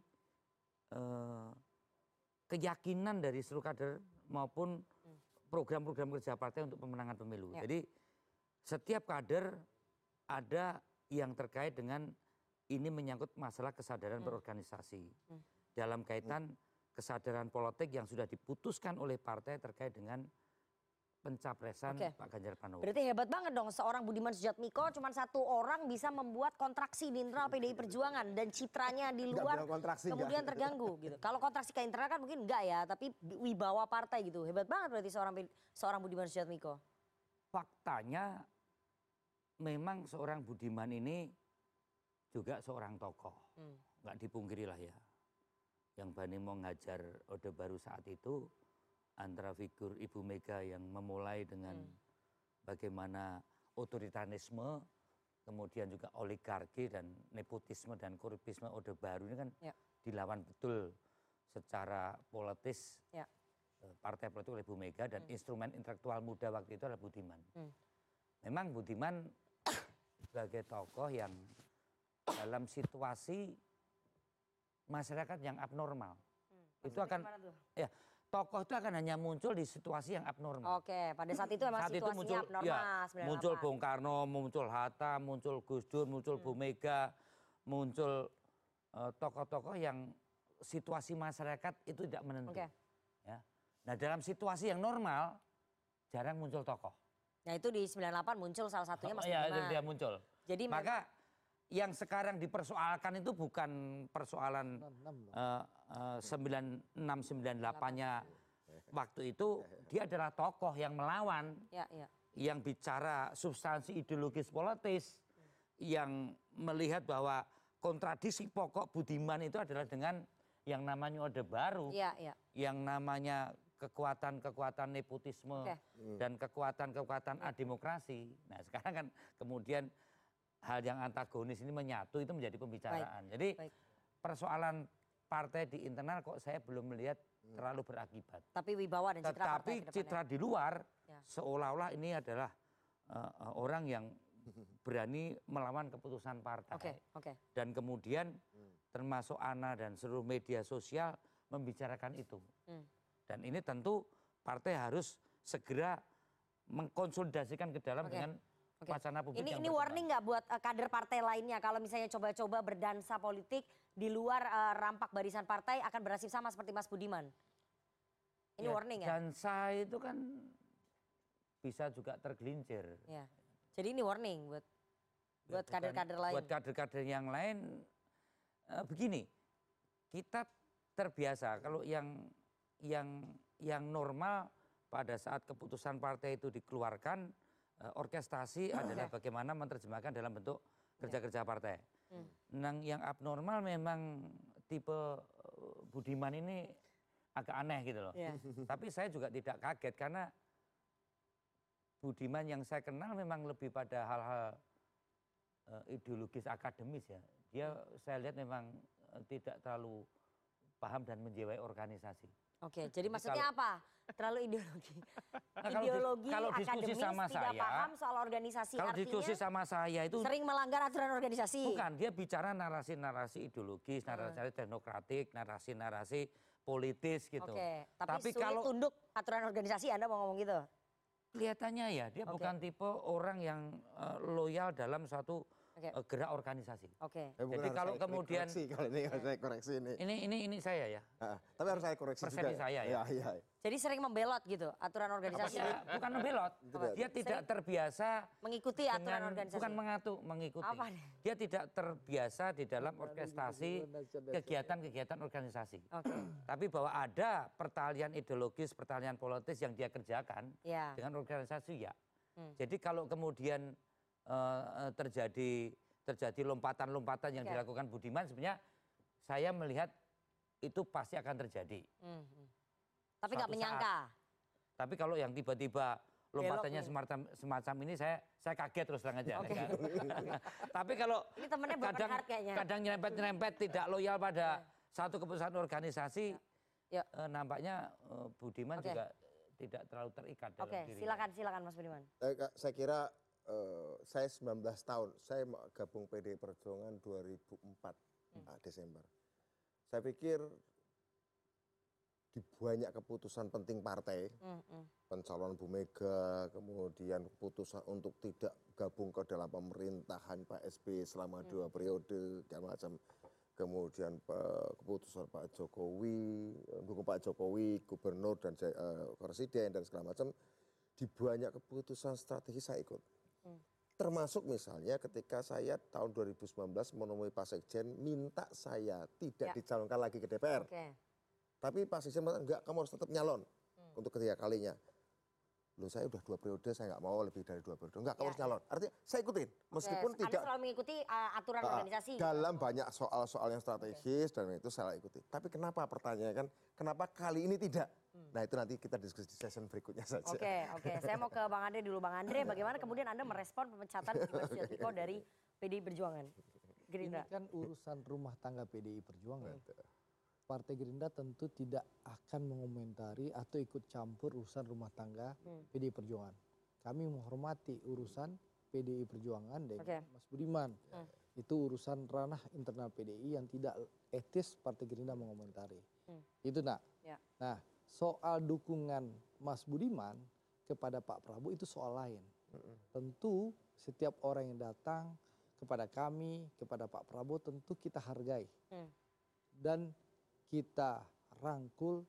keyakinan dari seluruh kader maupun program-program kerja partai untuk pemenangan pemilu. Jadi setiap kader ada yang terkait dengan ini menyangkut masalah kesadaran berorganisasi. Dalam kaitan kesadaran politik yang sudah diputuskan oleh partai terkait dengan pencapresan Pak Ganjar Pranowo. Berarti hebat banget dong seorang Budiman Sujatmiko cuma satu orang bisa membuat kontraksi di internal PDI Perjuangan dan citranya di luar kemudian terganggu gitu. Kalau kontraksi ke internal kan mungkin enggak ya, tapi wibawa partai gitu. Hebat banget berarti seorang Budiman Sujatmiko. Faktanya memang seorang Budiman ini juga seorang tokoh. Nggak dipungkiri lah ya. Yang Bani mau ngajar Orde Baru saat itu antara figur Ibu Mega yang memulai dengan bagaimana otoritarisme, kemudian juga oligarki dan nepotisme dan korupsisme Orde Baru ini kan dilawan betul secara politis partai politik oleh Ibu Mega dan instrumen intelektual muda waktu itu adalah Budiman. Memang Budiman sebagai tokoh yang dalam situasi masyarakat yang abnormal itu akan tokoh itu akan hanya muncul di situasi yang abnormal. Oke, pada saat itu memang situasinya abnormal. Muncul Bung Karno, muncul Hatta, muncul Gus Dur, muncul Bu Mega, muncul tokoh-tokoh yang situasi masyarakat itu tidak menentu. Ya. Nah dalam situasi yang normal jarang muncul tokoh. Nah itu di 98 muncul salah satunya Mas Budiman. Iya, dia muncul. Jadi maka yang sekarang dipersoalkan itu bukan persoalan 9698-nya waktu itu, dia adalah tokoh yang melawan, yang bicara substansi ideologis politis, yang melihat bahwa kontradiksi pokok Budiman itu adalah dengan yang namanya Orde Baru, yang namanya kekuatan-kekuatan nepotisme dan kekuatan-kekuatan ademokrasi. Nah sekarang kan kemudian hal yang antagonis ini menyatu, itu menjadi pembicaraan. Jadi persoalan partai di internal kok saya belum melihat terlalu berakibat. Tapi wibawa dan citra partai Tetapi citra di luar seolah-olah ini adalah orang yang berani melawan keputusan partai. Dan kemudian termasuk Ana dan seluruh media sosial membicarakan itu. Dan ini tentu partai harus segera mengkonsolidasikan ke dalam dengan wacana publik. Ini warning nggak buat kader partai lainnya kalau misalnya coba-coba berdansa politik di luar rampak barisan partai akan bernasib sama seperti Mas Budiman? Ini warning ya? Dansa itu kan bisa juga tergelincir. Ya. Jadi ini warning buat kader-kader lain. Buat kader-kader yang lain begini, kita terbiasa kalau yang normal pada saat keputusan partai itu dikeluarkan, orkestrasi adalah bagaimana menerjemahkan dalam bentuk kerja-kerja partai. Yang abnormal memang tipe Budiman ini agak aneh gitu loh. Tapi saya juga tidak kaget karena Budiman yang saya kenal memang lebih pada hal-hal ideologis akademis ya. Dia saya lihat memang tidak terlalu paham dan menjiwai organisasi. Oke, jadi maksudnya apa? Terlalu ideologi. Nah, ideologi kalau diskusi akademis sama tidak saya, paham soal organisasi, kalau artinya diskusi sama saya itu sering melanggar aturan organisasi. Bukan, dia bicara narasi-narasi ideologis, narasi teknokratik, narasi-narasi politis gitu. Oke, tapi sulit kalau tunduk aturan organisasi, Anda mau ngomong gitu? Kelihatannya ya, dia bukan tipe orang yang loyal dalam suatu gerak organisasi. Jadi kalau kemudian kalau ini saya koreksi ini. Ini saya ya. Tapi harus saya koreksi persepsi juga. saya ya. Jadi sering membelot gitu aturan organisasi. Ya, bukan membelot. Dia tidak terbiasa mengikuti aturan organisasi. Bukan mengikuti. Dia tidak terbiasa di dalam orkestrasi kegiatan-kegiatan organisasi. Tapi bahwa ada pertalian ideologis, pertalian politis yang dia kerjakan dengan organisasi ya. Jadi kalau kemudian terjadi lompatan-lompatan yang dilakukan Budiman, sebenarnya saya melihat itu pasti akan terjadi. Tapi nggak menyangka. Tapi kalau yang tiba-tiba lompatannya semacam ini saya kaget terus terang aja. Tapi kalau ini temennya kadang nyerempet-nyerempet tidak loyal pada satu keputusan organisasi, nampaknya Budiman juga tidak terlalu terikat dalam diri. Silakan Mas Budiman. Saya kira saya 19 tahun, saya gabung PDI Perjuangan 2004 Desember. Saya pikir di banyak keputusan penting partai, pencalonan Bu Mega, kemudian keputusan untuk tidak gabung ke dalam pemerintahan Pak SBY selama 2 periode, dan macam kemudian keputusan Pak Jokowi, dukung Pak Jokowi, gubernur dan presiden dan segala macam, di banyak keputusan strategi saya ikut. Termasuk misalnya ketika saya tahun 2019 menemui Pak Sekjen minta saya tidak dicalonkan lagi ke DPR. Tapi Pak Sekjen mengatakan enggak, kamu harus tetap nyalon untuk ketiga kalinya. Loh saya udah 2 periode, saya nggak mau lebih dari 2 periode. Enggak, kamu harus nyalon. Artinya saya ikutin. Meskipun Anda tidak selalu mengikuti aturan organisasi. Dalam banyak soal-soal yang strategis dan itu saya ikuti. Tapi kenapa pertanyaannya kan, kenapa kali ini tidak? Nah itu nanti kita diskusi di session berikutnya saja. Oke. Saya mau ke Bang Andre dulu. Bang Andre, bagaimana kemudian Anda merespon pemecatan Budiman Sujatmiko dari PDI Perjuangan? Gerindra. Ini kan urusan rumah tangga PDI Perjuangan. Partai Gerindra tentu tidak akan mengomentari atau ikut campur urusan rumah tangga PDI Perjuangan. Kami menghormati urusan PDI Perjuangan dan Mas Budiman. Itu urusan ranah internal PDI yang tidak etis Partai Gerindra mengomentari. Itu nak. Nah, soal dukungan Mas Budiman kepada Pak Prabowo itu soal lain. Tentu setiap orang yang datang kepada kami, kepada Pak Prabowo tentu kita hargai. Dan kita rangkul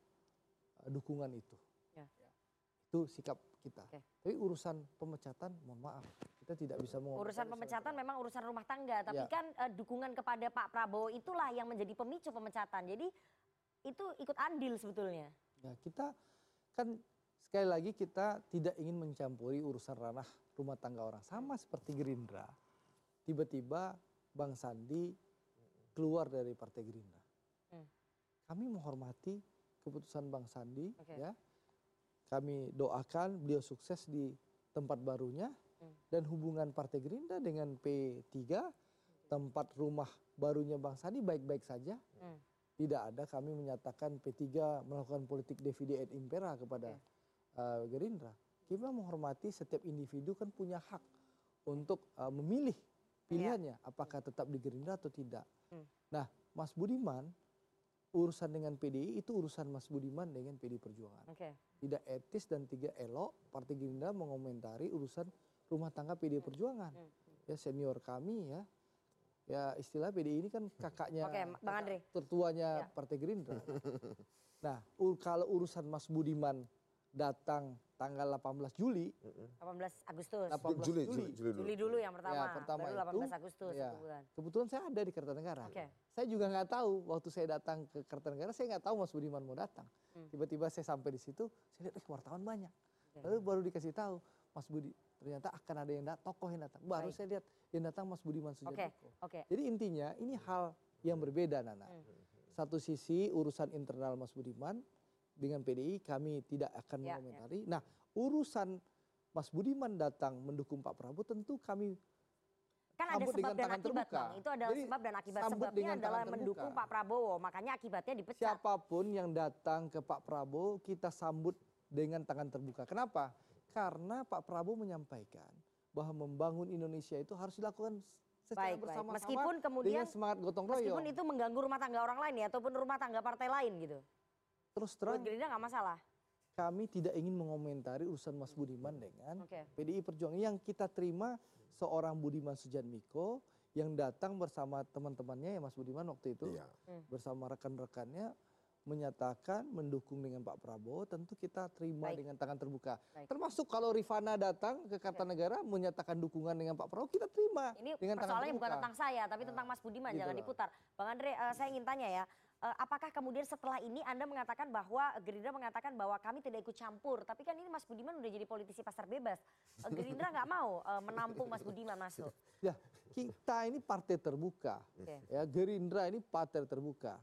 dukungan itu. Itu sikap kita. Tapi urusan pemecatan mohon maaf. Kita tidak bisa Urusan pemecatan memang urusan rumah tangga, tapi kan dukungan kepada Pak Prabowo itulah yang menjadi pemicu pemecatan. Jadi itu ikut andil sebetulnya. Ya, kita kan sekali lagi kita tidak ingin mencampuri urusan ranah rumah tangga orang. Sama seperti Gerindra. Tiba-tiba Bang Sandi keluar dari Partai Gerindra. Kami menghormati keputusan Bang Sandi, ya. Kami doakan beliau sukses di tempat barunya. Dan hubungan Partai Gerindra dengan P3, tempat rumah barunya Bang Sandi baik-baik saja. Tidak ada kami menyatakan P3 melakukan politik divide et impera kepada Gerindra. Kita menghormati setiap individu kan punya hak untuk memilih pilihannya. Apakah tetap di Gerindra atau tidak. Nah, Mas Budiman, urusan dengan PDI itu urusan Mas Budiman dengan PDI Perjuangan. Tidak etis dan tidak elok Partai Gerindra mengomentari urusan rumah tangga PDI Perjuangan. Ya senior kami ya. Ya istilah PDI ini kan kakaknya, Bang Andre. tertuanya Partai Gerindra. Nah, kalau urusan Mas Budiman datang tanggal 18 Juli. 18 Agustus. 18 Juli dulu yang pertama. Ya, pertama baru 18 Agustus. Ya, bulan. kebetulan saya ada di Kertanegara. Saya juga nggak tahu waktu saya datang ke Kertanegara, saya nggak tahu Mas Budiman mau datang. Tiba-tiba saya sampai di situ, saya lihat wartawan banyak. Lalu baru dikasih tahu Mas Budi, ternyata akan ada yang tokoh yang datang. Baru saya lihat yang datang Mas Budiman Sujatmiko. Jadi intinya ini hal yang berbeda, Nana. Satu sisi urusan internal Mas Budiman dengan PDI kami tidak akan mengomentari. Nah, urusan Mas Budiman datang mendukung Pak Prabowo tentu kami kan ada sebab dan akibat, Bang. Itu adalah sebab dan akibat. Sebabnya adalah mendukung Pak Prabowo, makanya akibatnya dipecat. Siapapun yang datang ke Pak Prabowo kita sambut dengan tangan terbuka. Kenapa? Karena Pak Prabowo menyampaikan bahwa membangun Indonesia itu harus dilakukan secara bersama-sama. Meskipun kemudian dengan semangat gotong royong. Meskipun itu mengganggu rumah tangga orang lain ya, ataupun rumah tangga partai lain gitu. Terus terang, Gerindra nggak masalah. Kami tidak ingin mengomentari urusan Mas Budiman dengan PDI Perjuangan. Yang kita terima seorang Budiman Sujatmiko yang datang bersama teman-temannya ya Mas Budiman waktu itu. Bersama rekan-rekannya menyatakan mendukung dengan Pak Prabowo, tentu kita terima dengan tangan terbuka. Termasuk kalau Rifana datang ke Kartanegara menyatakan dukungan dengan Pak Prabowo, kita terima dengan tangan terbuka. Ini persoalannya bukan tentang saya, tapi tentang Mas Budiman, jangan diputar. Bang Andre, saya ingin tanya ya, apakah kemudian setelah ini Anda mengatakan bahwa Gerindra mengatakan bahwa kami tidak ikut campur, tapi kan ini Mas Budiman udah jadi politisi pasar bebas. Gerindra nggak mau menampung Mas Budiman masuk. Ya, kita ini partai terbuka. Ya, Gerindra ini partai terbuka.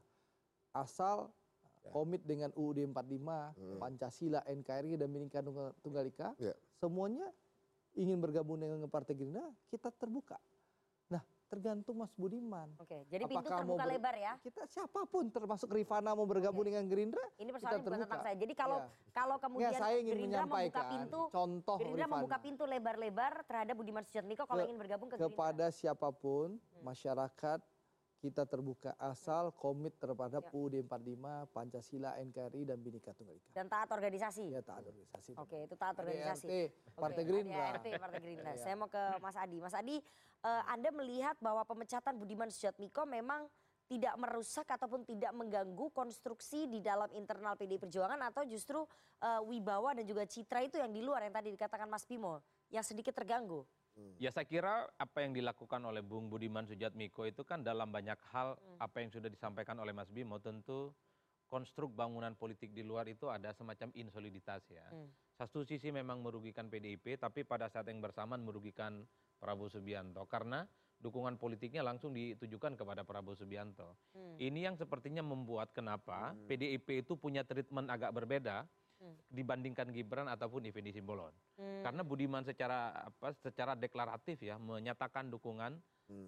Asal komit dengan UUD 45, Pancasila, NKRI dan Bhinneka Tunggal Ika, semuanya ingin bergabung dengan Partai Gerindra, kita terbuka. Nah, tergantung Mas Budiman. Jadi pintu terbuka lebar ya? Kita siapapun, termasuk Rifana mau bergabung dengan Gerindra, ini persoalannya bukan tentang saya. Jadi kalau kemudian Gerindra membuka pintu, Gerindra membuka pintu lebar-lebar terhadap Budiman Sujatmiko kalau ingin bergabung ke Gerindra. Kepada siapapun, masyarakat, kita terbuka asal komit terhadap UUD 45, Pancasila, NKRI dan Bhinneka Tunggal Ika. Dan taat organisasi. Ya, taat organisasi. Itu taat organisasi. Partai Gerindra. Partai Gerindra. Saya mau ke Mas Adi. Mas Adi, Anda melihat bahwa pemecatan Budiman Sujatmiko memang tidak merusak ataupun tidak mengganggu konstruksi di dalam internal PDI Perjuangan, atau justru wibawa dan juga citra itu yang di luar yang tadi dikatakan Mas Bimo yang sedikit terganggu? Ya saya kira apa yang dilakukan oleh Bung Budiman Sujatmiko itu kan dalam banyak hal apa yang sudah disampaikan oleh Mas Bimo, tentu konstruk bangunan politik di luar itu ada semacam insoliditas ya. Satu sisi memang merugikan PDIP, tapi pada saat yang bersamaan merugikan Prabowo Subianto karena dukungan politiknya langsung ditujukan kepada Prabowo Subianto. Ini yang sepertinya membuat kenapa PDIP itu punya treatment agak berbeda dibandingkan Gibran ataupun Effendi Simbolon. Karena Budiman secara deklaratif ya menyatakan dukungan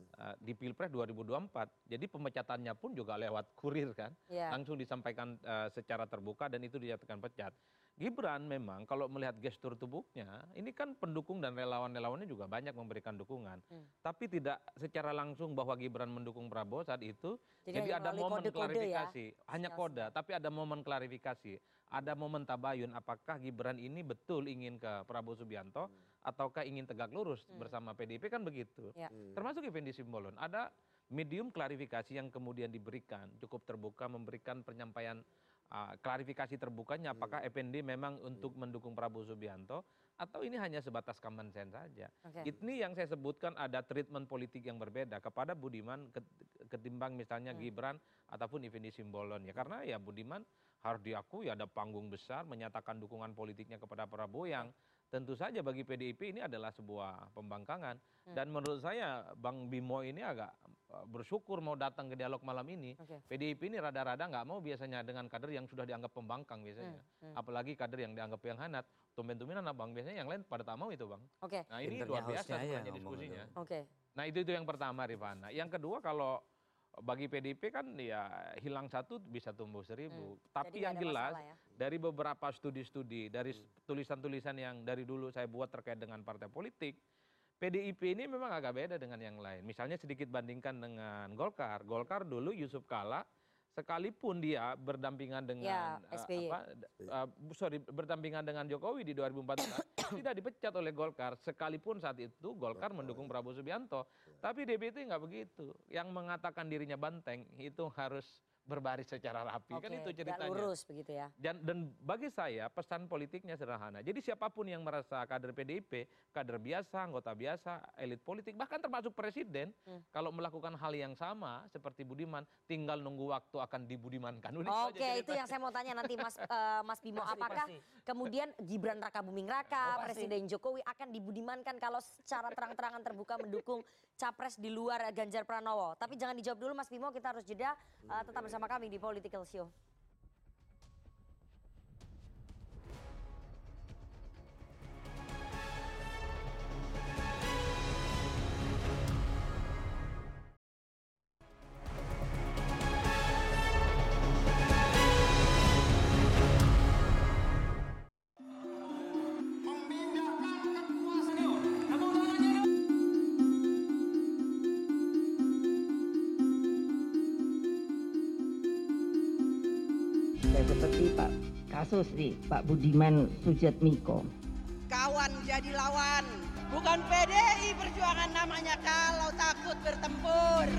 di Pilpres 2024. Jadi pemecatannya pun juga lewat kurir kan. Langsung disampaikan secara terbuka dan itu dinyatakan pecat. Gibran memang kalau melihat gestur tubuhnya, ini kan pendukung dan relawan-relawannya juga banyak memberikan dukungan. Tapi tidak secara langsung bahwa Gibran mendukung Prabowo saat itu. Jadi ada momen klarifikasi. Hanya kode, tapi ada momen klarifikasi. Ada momen tabayun apakah Gibran ini betul ingin ke Prabowo Subianto ataukah ingin tegak lurus bersama PDIP, kan begitu. Termasuk Effendi Simbolon. Ada medium klarifikasi yang kemudian diberikan, cukup terbuka memberikan penyampaian klarifikasi terbukanya apakah Effendi memang untuk mendukung Prabowo Subianto atau ini hanya sebatas common sense saja. Oke. Ini yang saya sebutkan ada treatment politik yang berbeda kepada Budiman ketimbang misalnya Gibran ataupun Effendi Simbolon ya. Karena ya Budiman harus diakui ada panggung besar menyatakan dukungan politiknya kepada Prabowo yang tentu saja bagi PDIP ini adalah sebuah pembangkangan. Dan menurut saya Bang Bimo ini agak bersyukur mau datang ke dialog malam ini. PDIP ini rada-rada nggak mau biasanya dengan kader yang sudah dianggap pembangkang biasanya. Apalagi kader yang dianggap yang hangat. Tumben-tumbenan Bang, biasanya yang lain pada tak mau itu Bang. Nah ini luar biasa sebenarnya diskusinya. Nah itu yang pertama Rifana. Yang kedua kalau bagi PDIP kan ya hilang satu bisa tumbuh 1000. Tapi yang jelas dari beberapa studi-studi, dari tulisan-tulisan yang dari dulu saya buat terkait dengan partai politik, PDIP ini memang agak beda dengan yang lain. Misalnya sedikit bandingkan dengan Golkar. Golkar dulu Yusuf Kala sekalipun dia berdampingan dengan berdampingan dengan Jokowi di 2014 tidak dipecat oleh Golkar sekalipun saat itu Golkar mendukung Prabowo Subianto. Tapi DPT nggak begitu. Yang mengatakan dirinya banteng itu harus berbaris secara rapi. Kan itu ceritanya. Gak lurus begitu ya. Dan bagi saya pesan politiknya sederhana. Jadi siapapun yang merasa kader PDIP, kader biasa, anggota biasa, elit politik, bahkan termasuk presiden, kalau melakukan hal yang sama seperti Budiman, tinggal nunggu waktu akan dibudimankan. Oke, itu yang saya mau tanya nanti Mas Bimo. Apakah kemudian Gibran Raka Buming Raka, Presiden Jokowi akan dibudimankan kalau secara terang-terangan terbuka mendukung capres di luar Ganjar Pranowo? Tapi jangan dijawab dulu Mas Bimo, kita harus jeda. Tetap bersama kami di Political Show. Seperti kasus nih Pak Budiman Sujatmiko. Kawan jadi lawan, bukan PDI Perjuangan namanya kalau takut bertempur.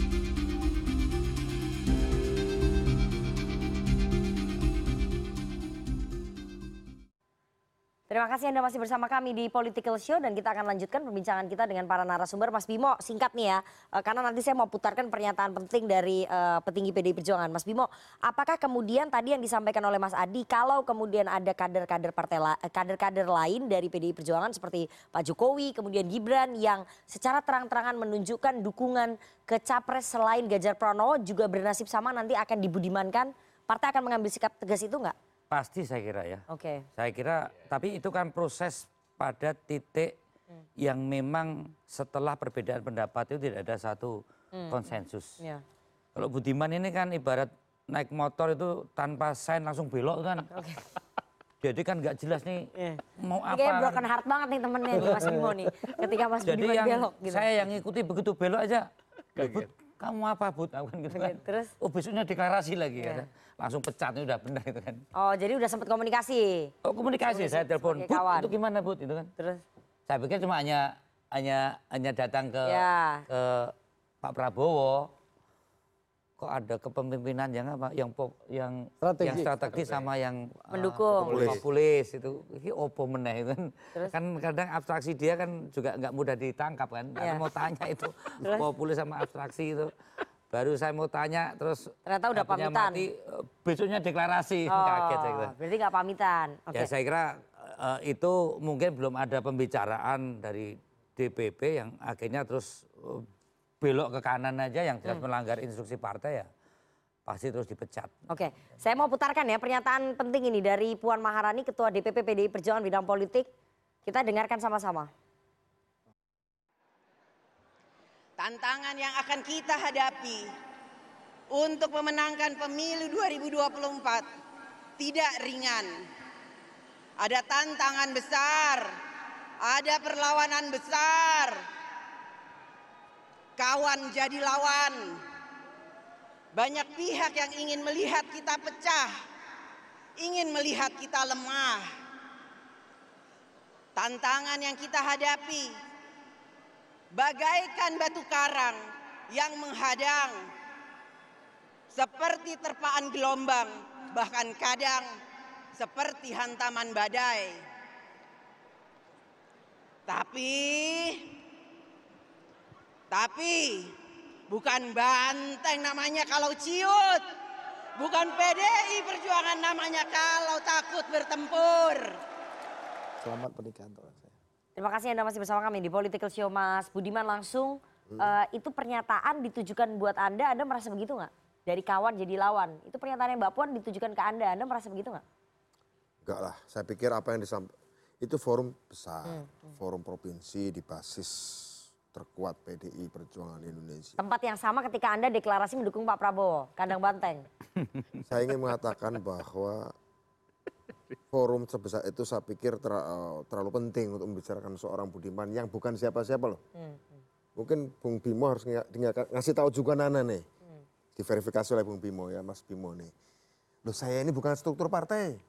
Terima kasih Anda masih bersama kami di Political Show dan kita akan lanjutkan perbincangan kita dengan para narasumber. Mas Bimo, singkat nih ya, karena nanti saya mau putarkan pernyataan penting dari petinggi PDI Perjuangan. Mas Bimo, apakah kemudian tadi yang disampaikan oleh Mas Adi, kalau kemudian ada kader-kader lain dari PDI Perjuangan seperti Pak Jokowi, kemudian Gibran yang secara terang-terangan menunjukkan dukungan ke capres selain Ganjar Pranowo juga bernasib sama nanti akan dibudimankan, partai akan mengambil sikap tegas itu nggak? Pasti saya kira ya. Oke. Saya kira, tapi itu kan proses pada titik yang memang setelah perbedaan pendapat itu tidak ada satu konsensus. Kalau Budiman ini kan ibarat naik motor itu tanpa sein langsung belok kan. Jadi kan nggak jelas nih mau apa. Kayak broken heart banget nih temennya nih Mas Bimo nih. Ketika Mas Budiman belok gitu. Saya yang ngikuti begitu belok aja. Kamu apa Bud? Aku kan gitu kan. Terus? Oh besoknya deklarasi lagi kan. Langsung pecat itu udah benar itu kan. Oh jadi udah sempat komunikasi? Oh komunikasi, saya telepon. Bud itu gimana Bud? Itu kan. Terus? Saya pikir cuma hanya datang ke Pak Prabowo. Kok ada kepemimpinan yang apa? Yang strategi sama yang mendukung populis itu. Ini opo meneh itu kan. Kan kadang abstraksi dia kan juga nggak mudah ditangkap kan. Aku mau tanya itu populis sama abstraksi itu. Baru saya mau tanya terus ternyata udah pamitan. Besoknya deklarasi, kaget saya kira. Berarti nggak pamitan. Ya saya kira itu mungkin belum ada pembicaraan dari DPP yang akhirnya terus belok ke kanan aja yang jelas melanggar instruksi partai ya pasti terus dipecat. Oke, saya mau putarkan ya pernyataan penting ini dari Puan Maharani, Ketua DPP PDI Perjuangan bidang politik. Kita dengarkan sama-sama. Tantangan yang akan kita hadapi untuk memenangkan pemilu 2024 tidak ringan. Ada tantangan besar, ada perlawanan besar. Kawan jadi lawan. Banyak pihak yang ingin melihat kita pecah, ingin melihat kita lemah. Tantangan yang kita hadapi bagaikan batu karang yang menghadang, seperti terpaan gelombang, bahkan kadang seperti hantaman badai. Tapi bukan banteng namanya kalau ciut. Bukan PDI Perjuangan namanya kalau takut bertempur. Selamat pernikahan untuk saya. Terima kasih Anda masih bersama kami di Political Show. Mas Budiman, langsung itu pernyataan ditujukan buat Anda merasa begitu nggak? Dari kawan jadi lawan, itu pernyataan yang Mbak Puan ditujukan ke Anda merasa begitu nggak? Enggak lah, saya pikir apa yang disampaikan, itu forum besar, forum provinsi di basis terkuat PDI Perjuangan Indonesia. Tempat yang sama ketika Anda deklarasi mendukung Pak Prabowo, kandang banteng. Saya ingin mengatakan bahwa forum sebesar itu saya pikir terlalu penting untuk membicarakan seorang Budiman yang bukan siapa-siapa loh. Mungkin Bung Bimo harus ngasih tahu juga Nana nih. Diverifikasi oleh Bung Bimo ya, Mas Bimo nih. Loh saya ini bukan struktur partai.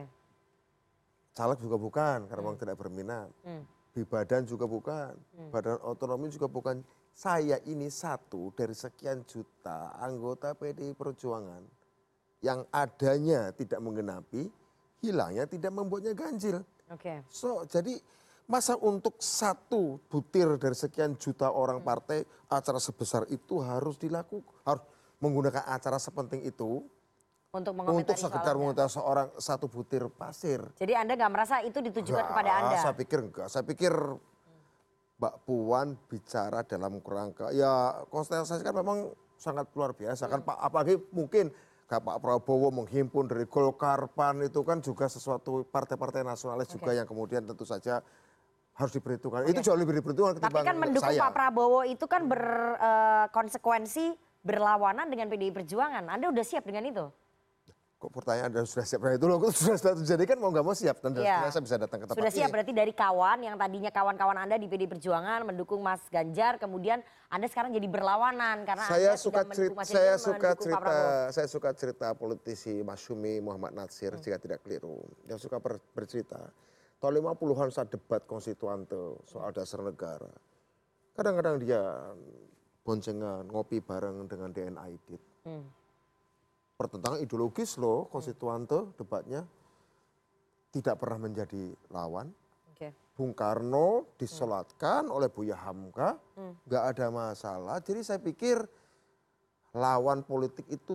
Caleg juga bukan, karena memang tidak berminat. Badan juga bukan, badan otonomi juga bukan. Saya ini satu dari sekian juta anggota PDI Perjuangan yang adanya tidak menggenapi, hilangnya tidak membuatnya ganjil. So, jadi masa untuk satu butir dari sekian juta orang partai acara sebesar itu harus dilakukan, harus menggunakan acara sepenting itu untuk sekedar mengomentari seorang satu butir pasir. Jadi Anda nggak merasa itu ditujukan kepada Anda? Saya pikir enggak. Saya pikir Mbak Puan bicara dalam kerangka, ya konstelasi kan memang sangat luar biasa kan Pak, apalagi mungkin kayak Pak Prabowo menghimpun dari Golkar, PAN itu kan juga sesuatu partai-partai nasionalis juga yang kemudian tentu saja harus diperhitungkan. Itu jauh lebih diperhitungkan ketimbang saya. Tapi kan mendukung Pak Prabowo itu kan berkonsekuensi berlawanan dengan PDI Perjuangan. Anda udah siap dengan itu? Kok pertanyaan Anda sudah siap dengan itu loh, sudah terjadi kan mau nggak mau siap dan saya bisa datang ke tempat sudah siap ini. Berarti dari kawan yang tadinya kawan-kawan Anda di PDI Perjuangan mendukung Mas Ganjar, kemudian Anda sekarang jadi berlawanan karena Anda tidak mendukung Mas Ganjar, mendukung Pak Prabowo. Saya suka cerita politisi Masyumi Muhammad Natsir jika tidak keliru. Yang suka bercerita, tahun 50-an saat debat konstituante soal dasar negara. Kadang-kadang dia boncengan, ngopi bareng dengan DNA Aidit. Pertentangan ideologis loh, konstituante debatnya tidak pernah menjadi lawan. Bung Karno disolatkan oleh Buya Hamka, nggak ada masalah. Jadi saya pikir lawan politik itu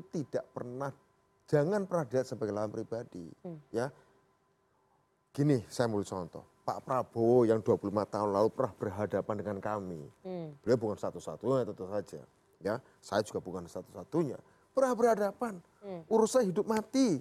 jangan pernah dilihat sebagai lawan pribadi. Ya, gini saya mau contoh, Pak Prabowo yang 25 tahun lalu pernah berhadapan dengan kami. Beliau bukan satu-satunya tentu saja. Ya, saya juga bukan satu-satunya. Pernah berhadapan, urusan hidup mati.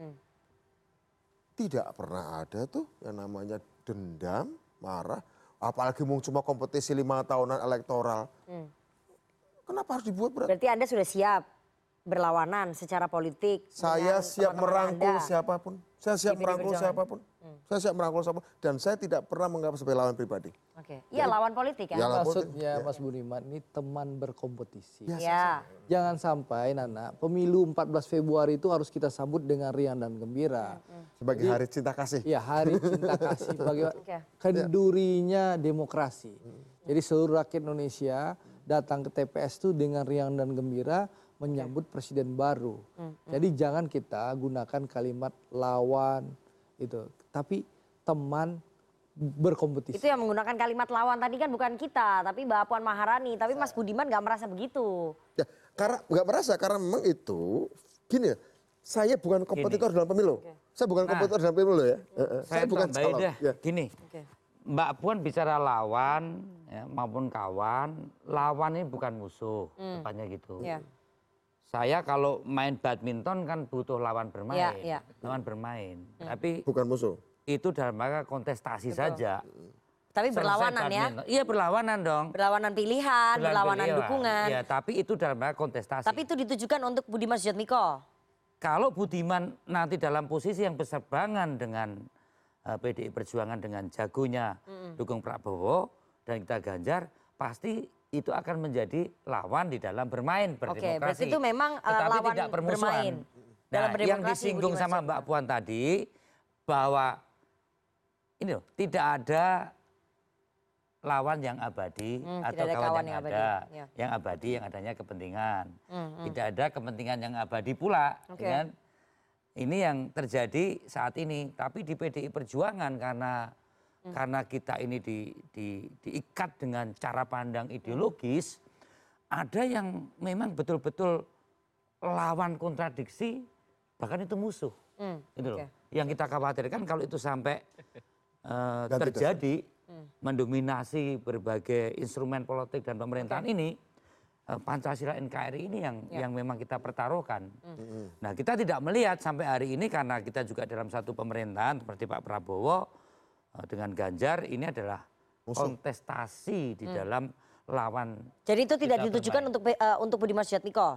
Tidak pernah ada tuh yang namanya dendam, marah. Apalagi mau cuma kompetisi 5 tahunan elektoral. Kenapa harus dibuat berat? Berarti Anda sudah siap berlawanan secara politik? Saya siap merangkul siapapun. Saya siap merangkul siapapun. Saya siap merangkul siapapun. Dan saya tidak pernah menganggap sebagai lawan pribadi. Iya lawan politik ya? Maksudnya Mas Budiman ini teman berkompetisi. Ya. Jangan sampai Nana, pemilu 14 Februari itu harus kita sambut dengan riang dan gembira. Sebagai hari cinta kasih. Iya, hari cinta kasih. Sebagai kendurinya demokrasi. Jadi seluruh rakyat Indonesia datang ke TPS itu dengan riang dan gembira menyambut presiden baru. Jadi jangan kita gunakan kalimat lawan itu, tapi teman berkompetisi. Itu yang menggunakan kalimat lawan tadi kan bukan kita, tapi Mbak Puan Maharani. Tapi Mas Budiman nggak merasa begitu. Ya, karena nggak merasa karena memang itu gini ya. Saya bukan kompetitor dalam pemilu. Saya bukan kompetitor dalam pemilu ya. Saya bukan calon. Gini, Mbak Puan bicara lawan ya, maupun kawan, lawan ini bukan musuh, tepatnya gitu. Saya kalau main badminton kan butuh lawan bermain, lawan bermain. Tapi bukan musuh. Itu dalam rangka kontestasi saja. Tapi berlawanan ya? Iya berlawanan dong. Berlawanan pilihan, berlawanan dukungan. Iya, tapi itu dalam rangka kontestasi. Tapi itu ditujukan untuk Budiman Sujatmiko. Kalau Budiman nanti dalam posisi yang berseberangan dengan PDI Perjuangan dengan jagonya dukung Prabowo dan kita Ganjar, pasti itu akan menjadi lawan di dalam bermain berdemokrasi. Berarti itu memang tetapi lawan tidak bermusuhan. Nah, yang disinggung sama Mbak Puan tadi bahwa ini loh, tidak ada lawan yang abadi atau kawan yang ada. Yang abadi yang adanya kepentingan. Tidak ada kepentingan yang abadi pula. Dengan ini yang terjadi saat ini. Tapi di PDI Perjuangan karena karena kita ini diikat dengan cara pandang ideologis, ada yang memang betul-betul lawan kontradiksi, bahkan itu musuh. Gitu loh. Yang kita khawatirkan kalau itu sampai terjadi, mendominasi berbagai instrumen politik dan pemerintahan ini, Pancasila NKRI ini yang memang kita pertaruhkan. Nah, kita tidak melihat sampai hari ini karena kita juga dalam satu pemerintahan seperti Pak Prabowo dengan Ganjar, ini adalah kontestasi di dalam lawan. Jadi itu tidak ditujukan untuk Budiman Sujatmiko?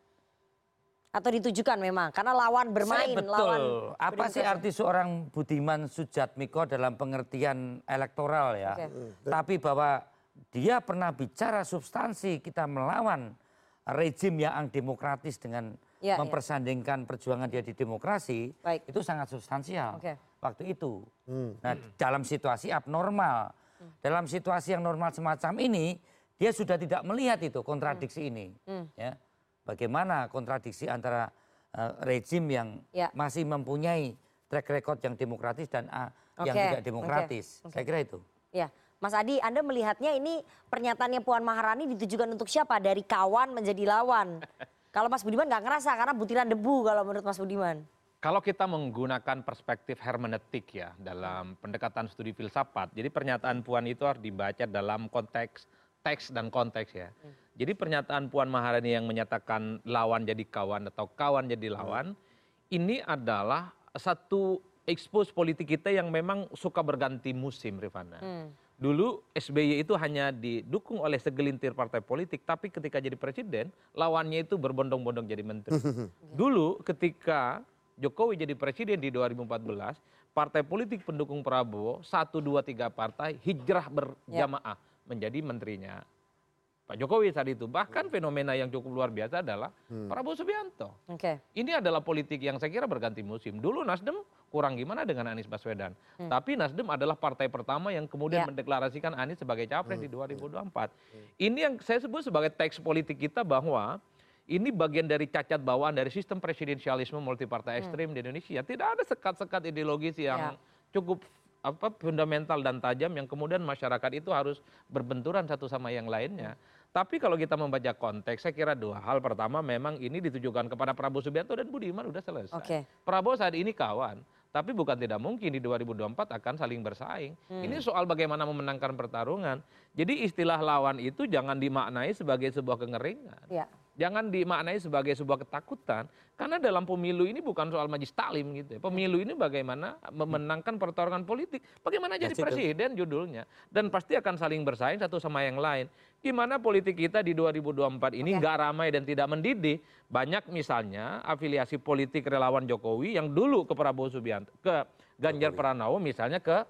Atau ditujukan memang karena lawan bermain, betul. lawan. Apa sih arti seorang Budiman Sujatmiko dalam pengertian elektoral ya? Tapi bahwa dia pernah bicara substansi kita melawan rejim yang demokratis dengan mempersandingkan perjuangan dia di demokrasi, itu sangat substansial waktu itu. Nah, dalam situasi abnormal, dalam situasi yang normal semacam ini, dia sudah tidak melihat itu kontradiksi ini. Ya. Bagaimana kontradiksi antara rejim yang masih mempunyai track record yang demokratis dan yang tidak demokratis. Saya kira itu. Ya, Mas Adi, Anda melihatnya ini pernyataannya Puan Maharani ditujukan untuk siapa? Dari kawan menjadi lawan. Kalau Mas Budiman nggak ngerasa karena butiran debu kalau menurut Mas Budiman. Kalau kita menggunakan perspektif hermeneutik ya dalam pendekatan studi filsafat, jadi pernyataan Puan itu harus dibaca dalam konteks teks dan konteks ya. Jadi pernyataan Puan Maharani yang menyatakan lawan jadi kawan atau kawan jadi lawan, ini adalah satu expose politik kita yang memang suka berganti musim, Rifana. Dulu SBY itu hanya didukung oleh segelintir partai politik, tapi ketika jadi presiden, lawannya itu berbondong-bondong jadi menteri. Dulu ketika Jokowi jadi presiden di 2014, partai politik pendukung Prabowo, 1, 2, 3 partai hijrah berjamaah menjadi menterinya Pak Jokowi saat itu. Bahkan fenomena yang cukup luar biasa adalah Prabowo Subianto. Ini adalah politik yang saya kira berganti musim. Dulu Nasdem kurang gimana dengan Anies Baswedan. Tapi Nasdem adalah partai pertama yang kemudian mendeklarasikan Anies sebagai capres di 2024. Ini yang saya sebut sebagai teks politik kita bahwa ini bagian dari cacat bawaan dari sistem presidensialisme multipartai ekstrim di Indonesia. Tidak ada sekat-sekat ideologis yang cukup fundamental dan tajam yang kemudian masyarakat itu harus berbenturan satu sama yang lainnya. Tapi kalau kita membaca konteks, saya kira dua hal. Pertama, memang ini ditujukan kepada Prabowo Subianto dan Budiman, udah selesai. Prabowo saat ini kawan, tapi bukan tidak mungkin di 2024 akan saling bersaing. Ini soal bagaimana memenangkan pertarungan. Jadi istilah lawan itu jangan dimaknai sebagai sebuah kengeringan. Jangan dimaknai sebagai sebuah ketakutan. Karena dalam pemilu ini bukan soal majlis taklim gitu ya. Pemilu ini bagaimana memenangkan pertarungan politik. Bagaimana jadi presiden judulnya. Dan pasti akan saling bersaing satu sama yang lain. Gimana politik kita di 2024 ini nggak ramai dan tidak mendidih. Banyak misalnya afiliasi politik relawan Jokowi yang dulu ke Prabowo Subianto, ke Ganjar Pranowo misalnya ke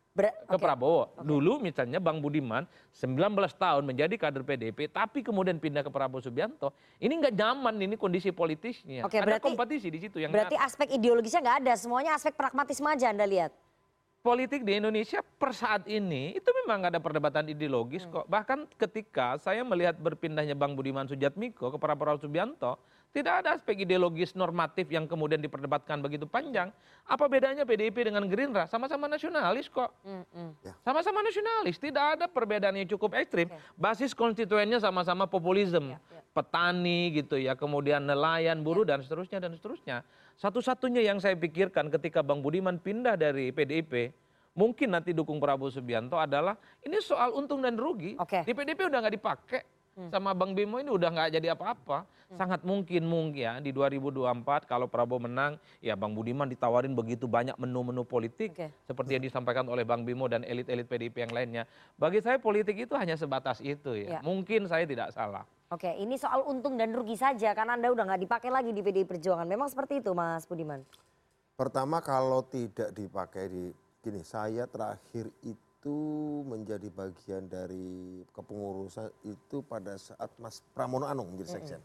Prabowo. Dulu misalnya Bang Budiman 19 tahun menjadi kader PDIP tapi kemudian pindah ke Prabowo Subianto. Ini nggak nyaman ini kondisi politisnya. Ada kompetisi di situ yang berarti aspek ideologisnya nggak ada, semuanya aspek pragmatisme aja Anda lihat. Politik di Indonesia per saat ini itu memang nggak ada perdebatan ideologis kok. Bahkan ketika saya melihat berpindahnya Bang Budiman Sujatmiko ke Prabowo Subianto, tidak ada aspek ideologis normatif yang kemudian diperdebatkan begitu panjang. Apa bedanya PDIP dengan Gerindra? Sama-sama nasionalis kok. Sama-sama nasionalis. Tidak ada perbedaan yang cukup ekstrim. Basis konstituennya sama-sama populisme. Petani gitu ya. Kemudian nelayan, buruh dan seterusnya dan seterusnya. Satu-satunya yang saya pikirkan ketika Bang Budiman pindah dari PDIP, mungkin nanti dukung Prabowo Subianto adalah ini soal untung dan rugi. Di PDIP udah nggak dipakai. Sama Bang Bimo ini udah nggak jadi apa-apa. Sangat mungkin ya di 2024 kalau Prabowo menang ya Bang Budiman ditawarin begitu banyak menu-menu politik seperti yang disampaikan oleh Bang Bimo dan elit-elit PDIP yang lainnya. Bagi saya politik itu hanya sebatas itu ya. Mungkin saya tidak salah. Ini soal untung dan rugi saja karena Anda udah nggak dipakai lagi di PDI Perjuangan. Memang seperti itu Mas Budiman? Pertama kalau tidak dipakai gini, saya terakhir itu menjadi bagian dari kepengurusan itu pada saat Mas Pramono Anung menjadi sekjen.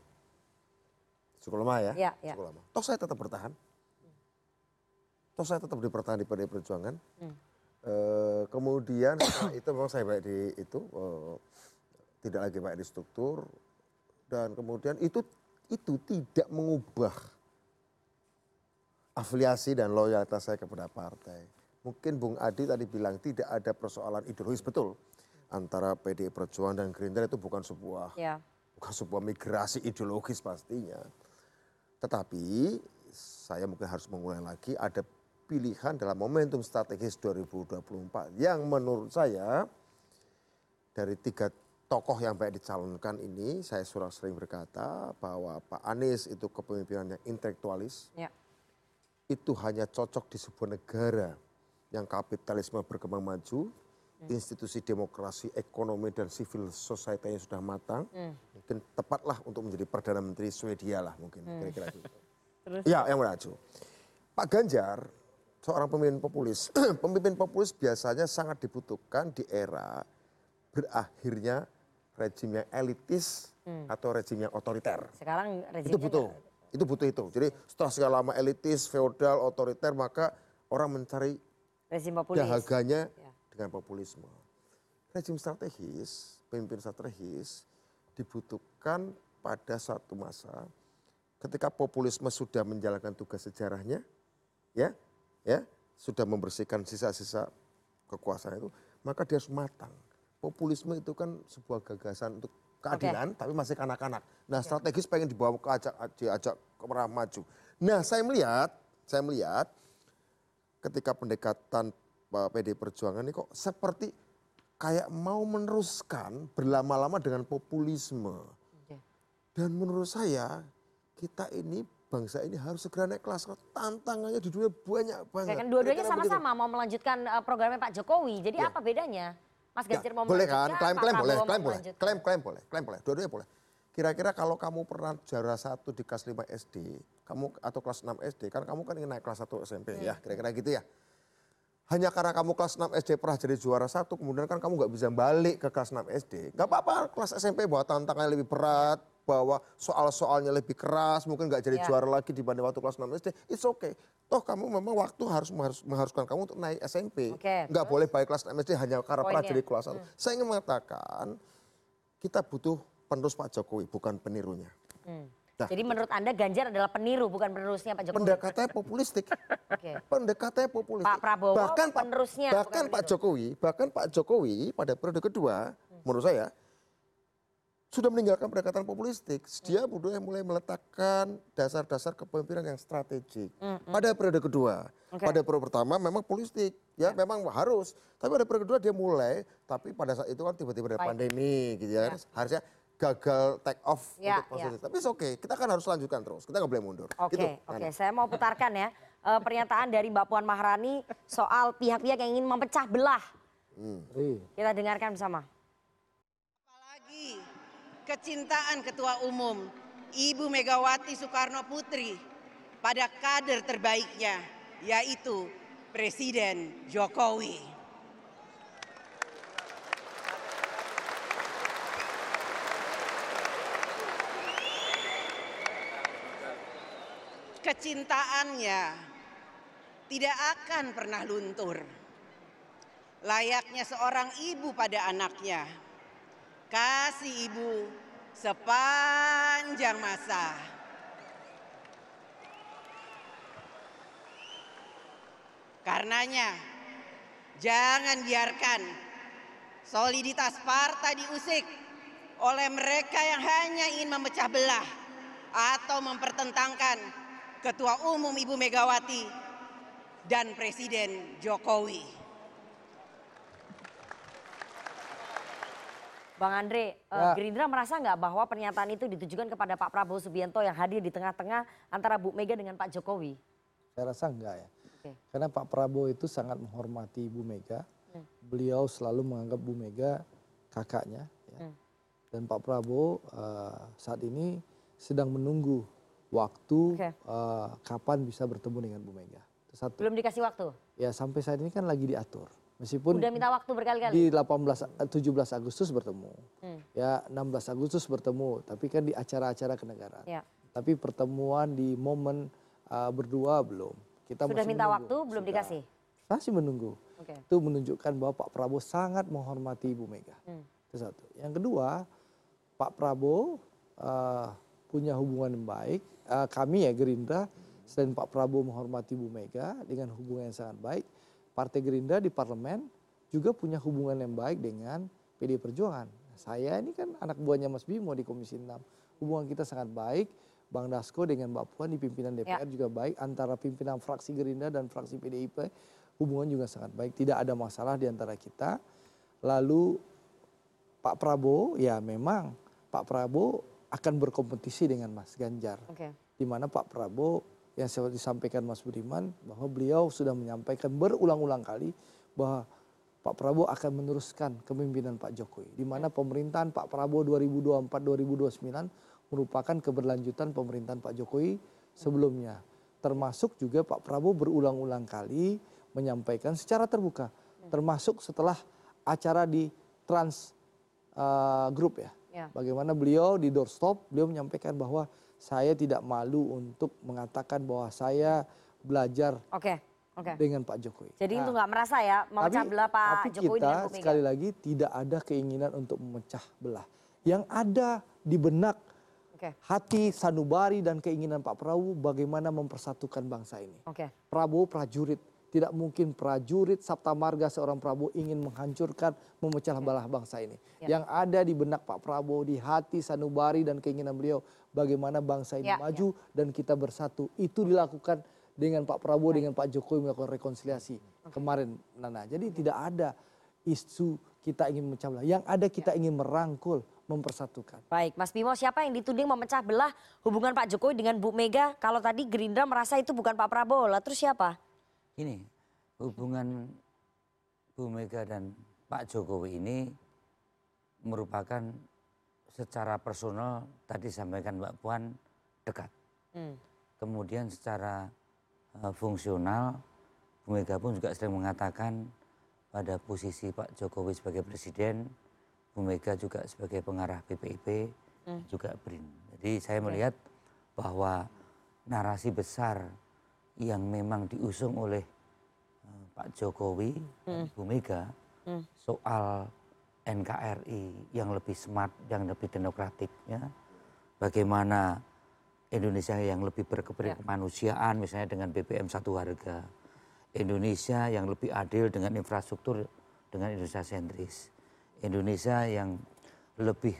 Cukup lama ya? Cukup lama. Toh saya tetap bertahan. Toh saya tetap bertahan di PDI Perjuangan. Kemudian itu memang saya baik di itu, tidak lagi baik di struktur. Dan kemudian itu tidak mengubah afiliasi dan loyalitas saya kepada partai. Mungkin Bung Adi tadi bilang tidak ada persoalan ideologis, betul. Antara PDI Perjuangan dan Gerindra itu bukan sebuah migrasi ideologis pastinya. Tetapi saya mungkin harus mengulang lagi, ada pilihan dalam momentum strategis 2024 yang menurut saya dari 3 tokoh yang baik dicalonkan ini, saya sudah sering berkata bahwa Pak Anies itu kepemimpinannya intelektualis, itu hanya cocok di sebuah negara yang kapitalisme berkembang maju, institusi demokrasi, ekonomi dan civil society-nya sudah matang, mungkin tepatlah untuk menjadi Perdana Menteri Swedia lah mungkin, kira-kira gitu. Ya, yang maju. Pak Ganjar, seorang pemimpin populis, pemimpin populis biasanya sangat dibutuhkan di era berakhirnya rezim yang elitis atau rezim yang otoriter. Sekarang rezimnya itu butuh itu. Jadi setelah segala lama elitis, feodal, otoriter, maka orang mencari rezim populis. Dahaganya dengan populisme. Rezim strategis, pemimpin strategis dibutuhkan pada suatu masa ketika populisme sudah menjalankan tugas sejarahnya, ya, sudah membersihkan sisa-sisa kekuasaan itu, maka dia harus matang. Populisme itu kan sebuah gagasan untuk keadilan, tapi masih kanak-kanak. Nah, strategis pengen dibawa diajak ke arah maju. Nah, saya melihat ketika pendekatan PDI Perjuangan ini kok seperti kayak mau meneruskan berlama-lama dengan populisme. Dan menurut saya kita ini bangsa ini harus segera naik kelas. Tantangannya di dunia banyak banget. Kan dua-duanya sama-sama mau melanjutkan programnya Pak Jokowi. Jadi apa bedanya? Mas Ganjar mau boleh melanjutkan, kan? Klaim boleh. Dua-duanya boleh. Kira-kira kalau kamu pernah juara 1 di kelas 5 SD, kamu atau kelas 6 SD, kan kamu kan ingin naik kelas 1 SMP ya, kira-kira gitu ya. Hanya karena kamu kelas 6 SD pernah jadi juara 1, kemudian kan kamu nggak bisa balik ke kelas 6 SD. Nggak apa-apa, kelas SMP bawa tantangannya lebih berat, bawa soal-soalnya lebih keras, mungkin nggak jadi juara lagi dibanding waktu kelas 6 SD, it's okay. Toh kamu memang waktu mengharuskan kamu untuk naik SMP. Nggak boleh balik kelas 6 SD hanya karena pernah jadi kelas 1. Saya ingin mengatakan, kita butuh penerus Pak Jokowi, bukan penirunya. Nah, jadi menurut Anda Ganjar adalah peniru, bukan penerusnya Pak Jokowi? Pendekatannya populistik. Pendekatannya populistik. Pak Prabowo penerusnya. Bahkan Pak Jokowi pada periode kedua, menurut saya, sudah meninggalkan pendekatan populistik. Dia mulai meletakkan dasar-dasar kepemimpinan yang strategik. Pada periode kedua. Pada periode pertama memang politik. Ya memang harus. Tapi pada periode kedua dia mulai, tapi pada saat itu kan tiba-tiba ada pandemi gitu ya. Harusnya gagal take off untuk positif. Tapi oke, kita kan harus lanjutkan terus. Kita nggak boleh mundur. Oke, saya mau putarkan ya pernyataan dari Mbak Puan Maharani soal pihak-pihak yang ingin memecah belah. Kita dengarkan bersama. Apalagi kecintaan Ketua Umum Ibu Megawati Soekarno Putri pada kader terbaiknya, yaitu Presiden Jokowi. Kecintaannya tidak akan pernah luntur. Layaknya seorang ibu pada anaknya, kasih ibu sepanjang masa. Karenanya, jangan biarkan soliditas partai diusik oleh mereka yang hanya ingin memecah belah atau mempertentangkan Ketua Umum Ibu Megawati dan Presiden Jokowi. Bang Andre, Gerindra merasa nggak bahwa pernyataan itu ditujukan kepada Pak Prabowo Subianto yang hadir di tengah-tengah antara Bu Mega dengan Pak Jokowi? Saya rasa enggak ya. Karena Pak Prabowo itu sangat menghormati Bu Mega. Beliau selalu menganggap Bu Mega kakaknya. Ya. Dan Pak Prabowo saat ini sedang menunggu waktu kapan bisa bertemu dengan Bu Mega. Satu. Belum dikasih waktu? Ya sampai saat ini kan lagi diatur. Meskipun udah minta waktu berkali-kali. Di 17 Agustus bertemu. Ya 16 Agustus bertemu, tapi kan di acara-acara kenegaraan. Tapi pertemuan di momen berdua belum. Kita sudah minta waktu, belum dikasih? Masih menunggu. Itu menunjukkan bahwa Pak Prabowo sangat menghormati Ibu Mega. Itu satu. Yang kedua, Pak Prabowo punya hubungan yang baik. Kami ya Gerindra, selain Pak Prabowo menghormati Bu Mega dengan hubungan yang sangat baik, Partai Gerindra di parlemen juga punya hubungan yang baik dengan PDI Perjuangan. Saya ini kan anak buahnya Mas Bimo di Komisi 6. Hubungan kita sangat baik. Bang Dasko dengan Mbak Puan di pimpinan DPR juga baik. Antara pimpinan fraksi Gerindra dan fraksi PDIP hubungan juga sangat baik. Tidak ada masalah di antara kita. Lalu Pak Prabowo, ya memang Pak Prabowo akan berkompetisi dengan Mas Ganjar. Di mana Pak Prabowo yang seperti disampaikan Mas Budiman bahwa beliau sudah menyampaikan berulang-ulang kali bahwa Pak Prabowo akan meneruskan kepemimpinan Pak Jokowi. Di mana pemerintahan Pak Prabowo 2024-2029 merupakan keberlanjutan pemerintahan Pak Jokowi sebelumnya. Termasuk juga Pak Prabowo berulang-ulang kali menyampaikan secara terbuka. Termasuk setelah acara di Trans Group ya. Bagaimana beliau di doorstop, beliau menyampaikan bahwa saya tidak malu untuk mengatakan bahwa saya belajar dengan Pak Jokowi. Jadi itu nggak merasa ya memecah belah Pak Jokowi dengan Bu Mega? Sekali lagi tidak ada keinginan untuk memecah belah. Yang ada di benak hati sanubari dan keinginan Pak Prabowo bagaimana mempersatukan bangsa ini. Prabowo prajurit, tidak mungkin prajurit Sabta Marga seorang Prabowo ingin menghancurkan, memecah belah bangsa ini. Yang ada di benak Pak Prabowo, di hati sanubari dan keinginan beliau bagaimana bangsa ini maju dan kita bersatu. Itu dilakukan dengan Pak Prabowo dengan Pak Jokowi melakukan rekonsiliasi kemarin, Nana. Jadi tidak ada isu kita ingin memecah belah. Yang ada kita ingin merangkul, mempersatukan. Baik, Mas Bimo, siapa yang dituding memecah belah hubungan Pak Jokowi dengan Bu Mega? Kalau tadi Gerindra merasa itu bukan Pak Prabowo, lah terus siapa? Ini hubungan Bu Mega dan Pak Jokowi ini merupakan secara personal tadi sampaikan Mbak Puan dekat. Kemudian secara fungsional Bu Mega pun juga sering mengatakan pada posisi Pak Jokowi sebagai presiden, Bu Mega juga sebagai pengarah BPIP, juga BRIN. Jadi saya melihat bahwa narasi besar yang memang diusung oleh Pak Jokowi dan Bu Mega soal NKRI yang lebih smart, yang lebih demokratik, ya. Bagaimana Indonesia yang lebih berkemanusiaan, misalnya dengan BBM satu harga. Indonesia yang lebih adil dengan infrastruktur, dengan Indonesia sentris. Indonesia yang lebih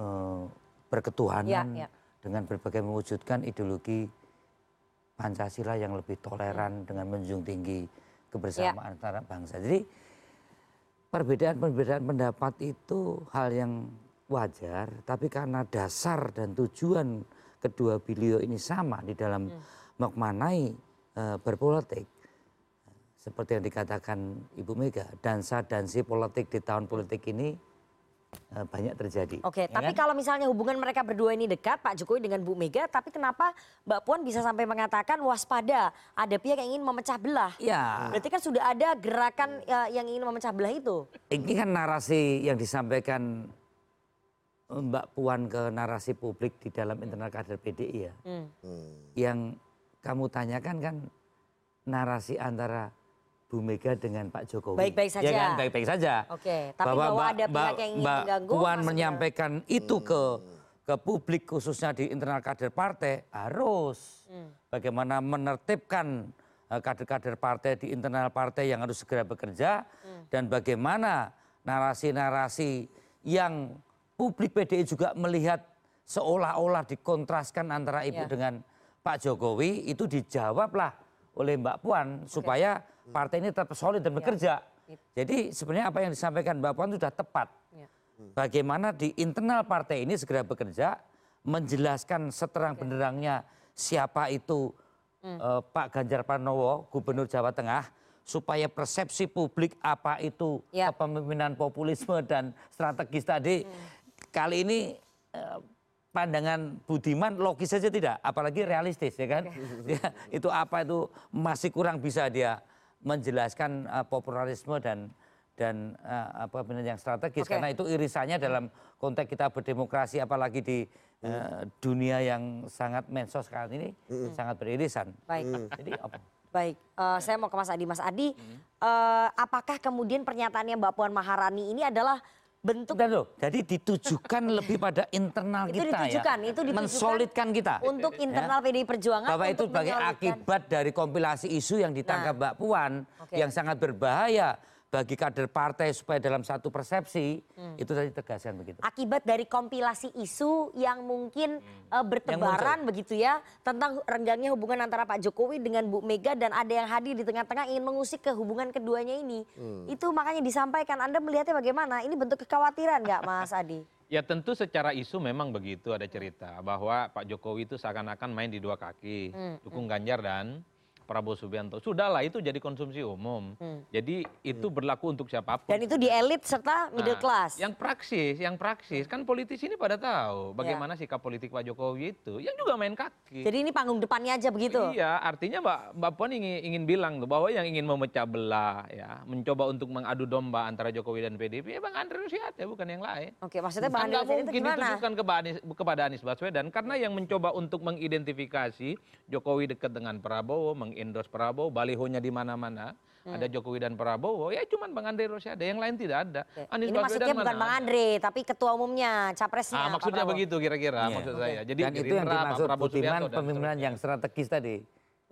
berketuhanan dengan berbagai mewujudkan ideologi Pancasila yang lebih toleran dengan menjunjung tinggi kebersamaan antara bangsa. Jadi perbedaan-perbedaan pendapat itu hal yang wajar, tapi karena dasar dan tujuan kedua beliau ini sama di dalam memaknai berpolitik, seperti yang dikatakan Ibu Mega, dansa-dansi politik di tahun politik ini banyak terjadi. Tapi kalau misalnya hubungan mereka berdua ini dekat, Pak Jokowi dengan Bu Mega, tapi kenapa Mbak Puan bisa sampai mengatakan waspada, ada pihak yang ingin memecah belah? Berarti kan sudah ada gerakan yang ingin memecah belah itu. Ini kan narasi yang disampaikan Mbak Puan ke narasi publik di dalam internal kader PDI ya. Yang kamu tanyakan kan narasi antara Bu Mega dengan Pak Jokowi. Baik-baik saja. Ya kan, baik-baik saja. Tapi bahwa ada pihak yang ingin mengganggu. Mbak Puan menyampaikan itu ke publik khususnya di internal kader partai harus. Bagaimana menertibkan kader-kader partai di internal partai yang harus segera bekerja. Dan bagaimana narasi-narasi yang publik PDI juga melihat seolah-olah dikontraskan antara Ibu dengan Pak Jokowi, itu dijawablah oleh Mbak Puan supaya partai ini tetap solid dan bekerja. Jadi sebenarnya apa yang disampaikan Mbak Puan sudah tepat. Bagaimana di internal partai ini segera bekerja, menjelaskan seterang benderangnya siapa itu Pak Ganjar Pranowo, Gubernur Jawa Tengah, supaya persepsi publik apa itu kepemimpinan populisme dan strategis tadi. Kali ini pandangan Budiman logis saja tidak, apalagi realistis ya kan. Itu apa itu masih kurang bisa dia menjelaskan popularisme dan apa yang strategis, karena itu irisannya dalam konteks kita berdemokrasi, apalagi di dunia yang sangat mensos sekarang ini sangat beririsan. Jadi apa? Baik, saya mau ke Mas Adi. Mas Adi, apakah kemudian pernyataannya Mbak Puan Maharani ini adalah bentuk Bentar loh, jadi ditujukan lebih pada internal itu kita ditujukan, ya, itu ditujukan mensolidkan kita. untuk internal PDI Perjuangan Bahwa itu untuk sebagai menyolidkan. akibat dari kompilasi isu yang ditangkap Mbak Puan Oke. yang sangat berbahaya bagi kader partai supaya dalam satu persepsi itu tadi tegaskan begitu. Akibat dari kompilasi isu yang mungkin bertebaran begitu ya tentang renggangnya hubungan antara Pak Jokowi dengan Bu Mega dan ada yang hadir di tengah-tengah ingin mengusik ke hubungan keduanya ini. Itu makanya disampaikan. Anda melihatnya bagaimana? Ini bentuk kekhawatiran nggak Mas Adi? Ya tentu secara isu memang begitu ada cerita bahwa Pak Jokowi itu seakan-akan main di dua kaki, dukung Ganjar dan Prabowo Subianto. Sudahlah itu jadi konsumsi umum. Jadi itu berlaku untuk siapapun. Dan itu di elit serta middle class. Yang praksis kan politisi ini pada tahu bagaimana sikap politik Pak Jokowi itu. Yang juga main kaki. Jadi ini panggung depannya aja begitu. Iya, artinya Mbak Puan ingin bilang tuh bahwa yang ingin memecah belah ya, mencoba untuk mengadu domba antara Jokowi dan PDIP ya Bang Andre Rosiade bukan yang lain. Oke, maksudnya Bang Andre Rosiade itu mungkin gimana? ditujukan kepada Anies Baswedan karena yang mencoba untuk mengidentifikasi Jokowi dekat dengan Prabowo, endorse Prabowo, balihonya di mana-mana, ada Jokowi dan Prabowo, ya cuman Bang Andre Rosiade, yang lain tidak ada. Ini maksudnya bukan Bang Andre, tapi ketua umumnya, capresnya. Maksudnya begitu kira-kira maksud saya. Jadi dan itu yang dimaksud Budiman pemimpinan yang strategis tadi.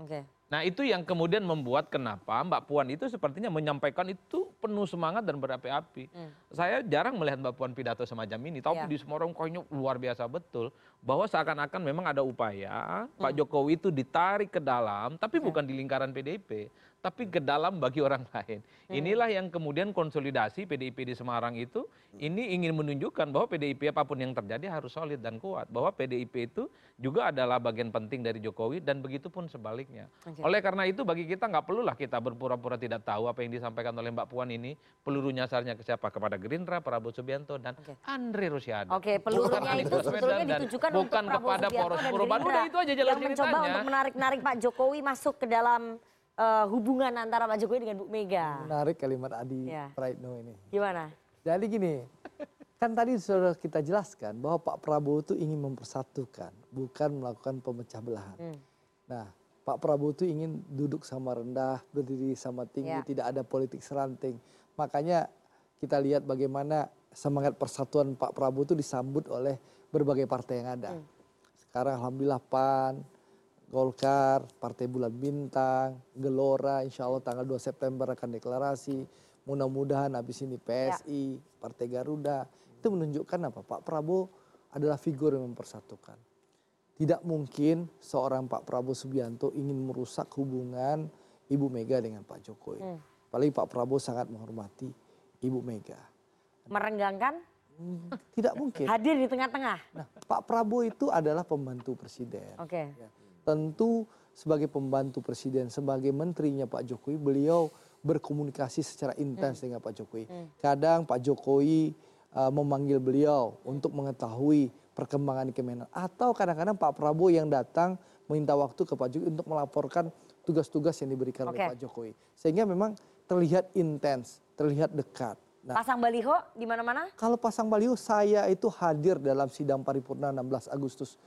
Nah itu yang kemudian membuat kenapa Mbak Puan itu sepertinya menyampaikan itu penuh semangat dan berapi-api. Saya jarang melihat Mbak Puan pidato semacam ini, tapi di Semarang kayaknya luar biasa betul. Bahwa seakan-akan memang ada upaya Pak Jokowi itu ditarik ke dalam, tapi bukan di lingkaran PDIP, tapi ke dalam bagi orang lain. Inilah yang kemudian konsolidasi PDIP di Semarang itu, ini ingin menunjukkan bahwa PDIP apapun yang terjadi harus solid dan kuat. Bahwa PDIP itu juga adalah bagian penting dari Jokowi dan begitu pun sebaliknya. Oleh karena itu bagi kita nggak perlulah kita berpura-pura tidak tahu apa yang disampaikan oleh Mbak Puan ini. Peluru nyasarnya ke siapa? Kepada Gerindra, Prabowo Subianto dan Andre Rosiade. Oke, pelurunya itu sebetulnya ditujukan untuk Prabowo kepada poros perubahan. Udah itu aja jalan yang mencoba untuk menarik-narik Pak Jokowi masuk ke dalam hubungan antara Pak Jokowi dengan Bu Mega. Menarik kalimat Adi Praitno ini. Gimana? Jadi gini, kan tadi sudah kita jelaskan bahwa Pak Prabowo itu ingin mempersatukan, bukan melakukan pemecah belahan. Nah, Pak Prabowo itu ingin duduk sama rendah, berdiri sama tinggi, tidak ada politik seranting. Makanya kita lihat bagaimana semangat persatuan Pak Prabowo itu disambut oleh berbagai partai yang ada. Sekarang alhamdulillah PAN, Golkar, Partai Bulan Bintang, Gelora, insya Allah tanggal 2 September akan deklarasi. Mudah-mudahan habis ini PSI, Partai Garuda. Itu menunjukkan apa? Pak Prabowo adalah figur yang mempersatukan. Tidak mungkin seorang Pak Prabowo Subianto ingin merusak hubungan Ibu Mega dengan Pak Jokowi. Apalagi Pak Prabowo sangat menghormati Ibu Mega. Merenggangkan? Tidak mungkin. Hadir di tengah-tengah. Nah, Pak Prabowo itu adalah pembantu presiden. Oke. Ya. Tentu sebagai pembantu presiden, sebagai menterinya Pak Jokowi, beliau berkomunikasi secara intens dengan Pak Jokowi. Kadang Pak Jokowi memanggil beliau untuk mengetahui perkembangan di Kemenhan. Atau kadang-kadang Pak Prabowo yang datang meminta waktu ke Pak Jokowi untuk melaporkan tugas-tugas yang diberikan oleh Pak Jokowi. Sehingga memang terlihat intens, terlihat dekat. Nah, pasang baliho di mana-mana? Kalau pasang baliho, saya itu hadir dalam sidang paripurna 16 Agustus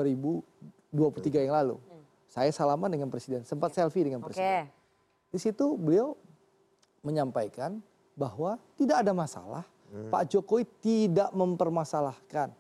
2023 yang lalu. Saya salaman dengan Presiden, sempat selfie dengan Presiden. Di situ beliau menyampaikan bahwa tidak ada masalah. Pak Jokowi tidak mempermasalahkan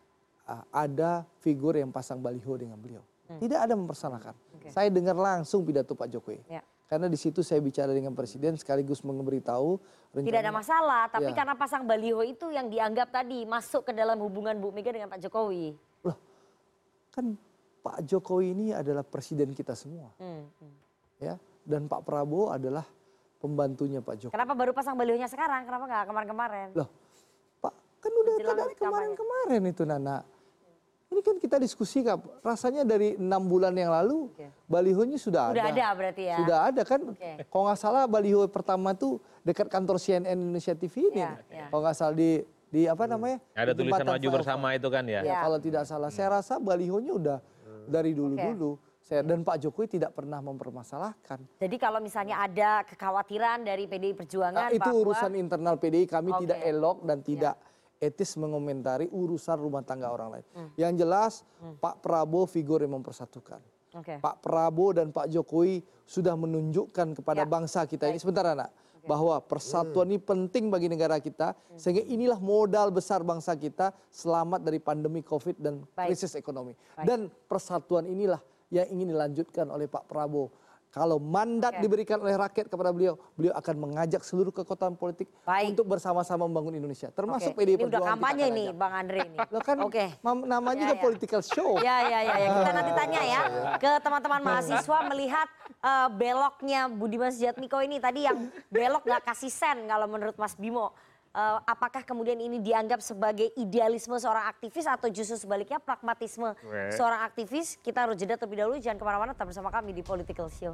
ada figur yang pasang baliho dengan beliau. Tidak ada mempersalahkan. Saya dengar langsung pidato Pak Jokowi. Karena di situ saya bicara dengan Presiden sekaligus memberitahu. Tidak ada masalah, tapi karena pasang baliho itu yang dianggap tadi masuk ke dalam hubungan Bu Mega dengan Pak Jokowi. Loh, kan Pak Jokowi ini adalah presiden kita semua. Ya, dan Pak Prabowo adalah pembantunya Pak Jokowi. Kenapa baru pasang balihonya sekarang? Kenapa nggak kemarin-kemarin? Loh, Pak, kan udah dari kemarin-kemarin itu Nana. Ini kan kita diskusi Kak, rasanya dari 6 bulan yang lalu balihonya sudah ada. Sudah ada berarti ya? Sudah ada kan, kalau nggak salah baliho pertama tuh dekat kantor CNN Indonesia TV ini. Kalau nggak salah di apa namanya? Ada tulisan maju bersama itu kan ya? Kalau tidak salah, saya rasa balihonya udah dari dulu-dulu. Dan Pak Jokowi tidak pernah mempermasalahkan. Jadi kalau misalnya ada kekhawatiran dari PDI Perjuangan, itu urusan internal PDI, kami tidak elok dan tidak etis mengomentari urusan rumah tangga orang lain. Yang jelas Pak Prabowo figur yang mempersatukan. Pak Prabowo dan Pak Jokowi sudah menunjukkan kepada bangsa kita ini, sebentar anak, bahwa persatuan ini penting bagi negara kita, sehingga inilah modal besar bangsa kita selamat dari pandemi COVID dan krisis ekonomi. Dan persatuan inilah yang ingin dilanjutkan oleh Pak Prabowo. Kalau mandat diberikan oleh rakyat kepada beliau, beliau akan mengajak seluruh kekuatan politik untuk bersama-sama membangun Indonesia. Termasuk PDI Perjuangan. Ini udah kampanye nih Bang Andre ini. Loh kan namanya juga political show. Ya. Kita nanti tanya ya ke teman-teman mahasiswa melihat beloknya Budiman Sujatmiko ini tadi yang belok nggak kasih sen kalau menurut Mas Bimo. Apakah kemudian ini dianggap sebagai idealisme seorang aktivis atau justru sebaliknya pragmatisme seorang aktivis? Kita harus jeda terlebih dahulu, jangan kemana-mana, tetap bersama kami di Political Show.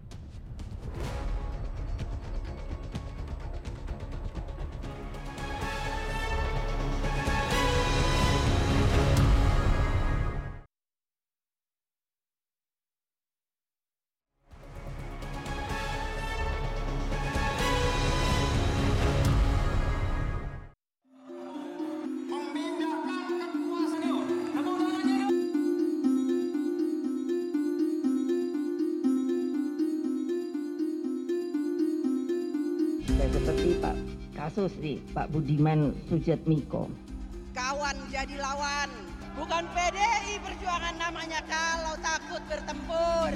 Seperti kasus nih Pak Budiman Sujatmiko. Kawan jadi lawan, bukan PDI Perjuangan namanya kalau takut bertempur.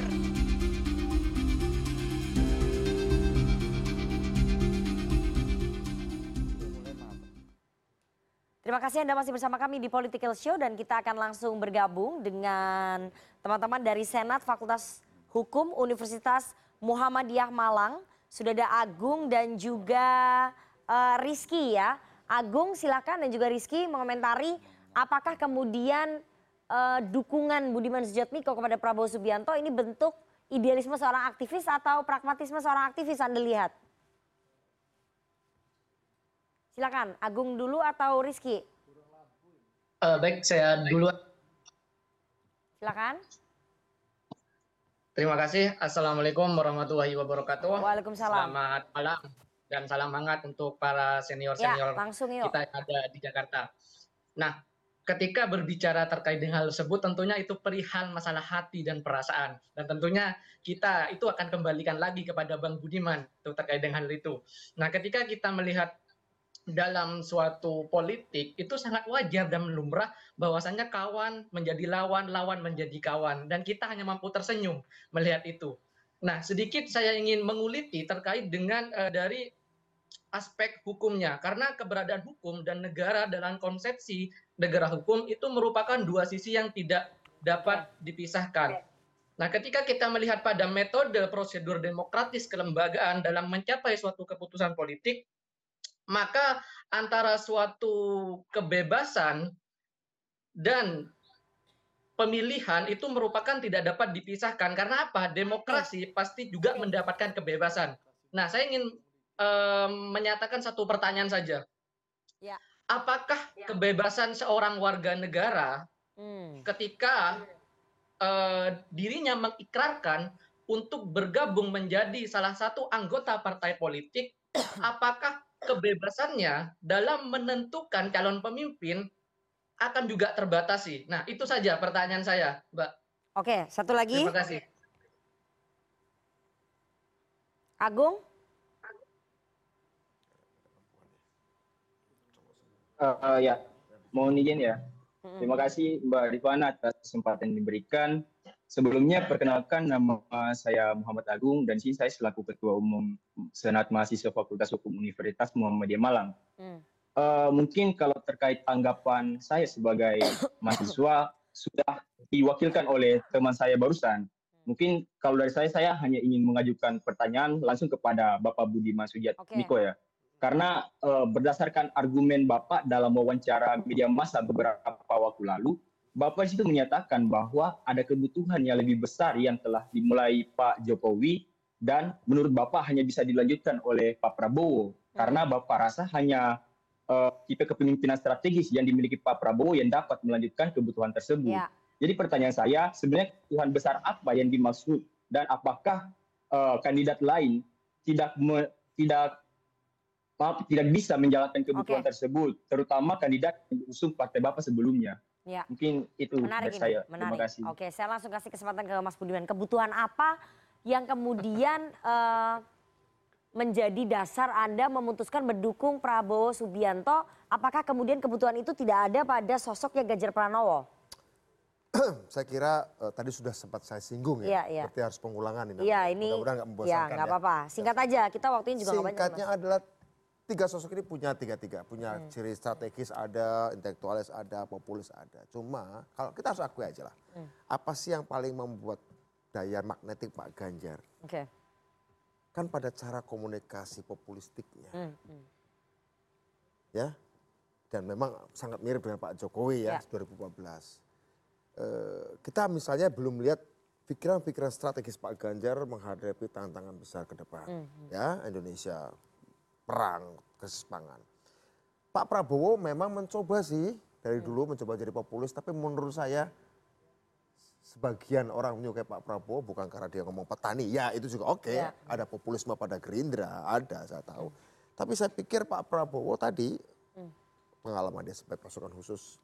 Terima kasih Anda masih bersama kami di Political Show dan kita akan langsung bergabung dengan teman-teman dari Senat Fakultas Hukum Universitas Muhammadiyah Malang. Sudah ada Agung dan juga Rizky ya. Agung silakan dan juga Rizky mengomentari apakah kemudian dukungan Budiman Sujatmiko kepada Prabowo Subianto ini bentuk idealisme seorang aktivis atau pragmatisme seorang aktivis Anda lihat? Silakan Agung dulu atau Rizky? Baik, saya dulu. Silakan. Terima kasih. Assalamualaikum warahmatullahi wabarakatuh. Waalaikumsalam. Selamat malam dan salam hangat untuk para senior-senior kita yang ada di Jakarta. Nah, ketika berbicara terkait dengan hal tersebut, tentunya itu perihal masalah hati dan perasaan. Dan tentunya kita itu akan kembalikan lagi kepada Bang Budiman itu terkait dengan hal itu. Nah, ketika kita melihat dalam suatu politik itu sangat wajar dan lumrah bahwasannya kawan menjadi lawan, lawan menjadi kawan, dan kita hanya mampu tersenyum melihat itu. Nah, sedikit saya ingin menguliti terkait dengan dari aspek hukumnya, karena keberadaan hukum dan negara dalam konsepsi negara hukum itu merupakan dua sisi yang tidak dapat dipisahkan. Nah, ketika kita melihat pada metode prosedur demokratis kelembagaan dalam mencapai suatu keputusan politik, maka antara suatu kebebasan dan pemilihan itu merupakan tidak dapat dipisahkan. Karena apa? Demokrasi pasti juga mendapatkan kebebasan. Nah, saya ingin menyatakan satu pertanyaan saja. Apakah kebebasan seorang warga negara ketika dirinya mengikrarkan untuk bergabung menjadi salah satu anggota partai politik, apakah kebebasannya dalam menentukan calon pemimpin akan juga terbatasi? Nah, itu saja pertanyaan saya, Mbak. Oke, satu lagi. Terima kasih. Agung? Ya, mohon izin ya. Terima kasih Mbak Rifana atas kesempatan yang diberikan. Sebelumnya perkenalkan, nama saya Muhammad Agung dan sini saya selaku Ketua Umum Senat Mahasiswa Fakultas Hukum Universitas Muhammadiyah Malang. Mungkin kalau terkait tanggapan saya sebagai mahasiswa sudah diwakilkan oleh teman saya barusan. Mungkin kalau dari saya hanya ingin mengajukan pertanyaan langsung kepada Bapak Budiman Sujatmiko ya. Karena berdasarkan argumen Bapak dalam wawancara media massa beberapa waktu lalu, Bapak itu menyatakan bahwa ada kebutuhan yang lebih besar yang telah dimulai Pak Jokowi dan menurut Bapak hanya bisa dilanjutkan oleh Pak Prabowo. Karena Bapak rasa hanya tipe kepemimpinan strategis yang dimiliki Pak Prabowo yang dapat melanjutkan kebutuhan tersebut. Jadi pertanyaan saya, sebenarnya kebutuhan besar apa yang dimaksud dan apakah kandidat lain tidak bisa menjalankan kebutuhan tersebut, terutama kandidat yang diusung partai Bapak sebelumnya. Mungkin itu dari saya. Terima kasih. Oke, saya langsung kasih kesempatan ke Mas Budiman. Kebutuhan apa yang kemudian menjadi dasar Anda memutuskan mendukung Prabowo Subianto? Apakah kemudian kebutuhan itu tidak ada pada sosoknya Ganjar Pranowo? Saya kira tadi sudah sempat saya singgung ya, berarti harus pengulangan ini. Iya, ini mudah-mudahan nggak membosankan ya. Nggak apa-apa, singkat aja, kita waktunya juga nggak banyak. Singkatnya adalah tiga sosok ini punya punya ciri strategis ada, intelektualis ada, populis ada. Cuma kalau kita harus akui aja lah, apa sih yang paling membuat daya magnetik Pak Ganjar? Kan pada cara komunikasi populistiknya, ya, dan memang sangat mirip dengan Pak Jokowi ya 2014. Kita misalnya belum lihat pikiran-pikiran strategis Pak Ganjar menghadapi tantangan besar ke depan, ya Indonesia perang, krisis pangan. Pak Prabowo memang mencoba sih dari dulu mencoba jadi populis, tapi menurut saya sebagian orang menyukai Pak Prabowo bukan karena dia ngomong petani, ya itu juga oke, ada populisme pada Gerindra, ada saya tahu. Tapi saya pikir Pak Prabowo tadi pengalaman dia sebagai pasukan khusus.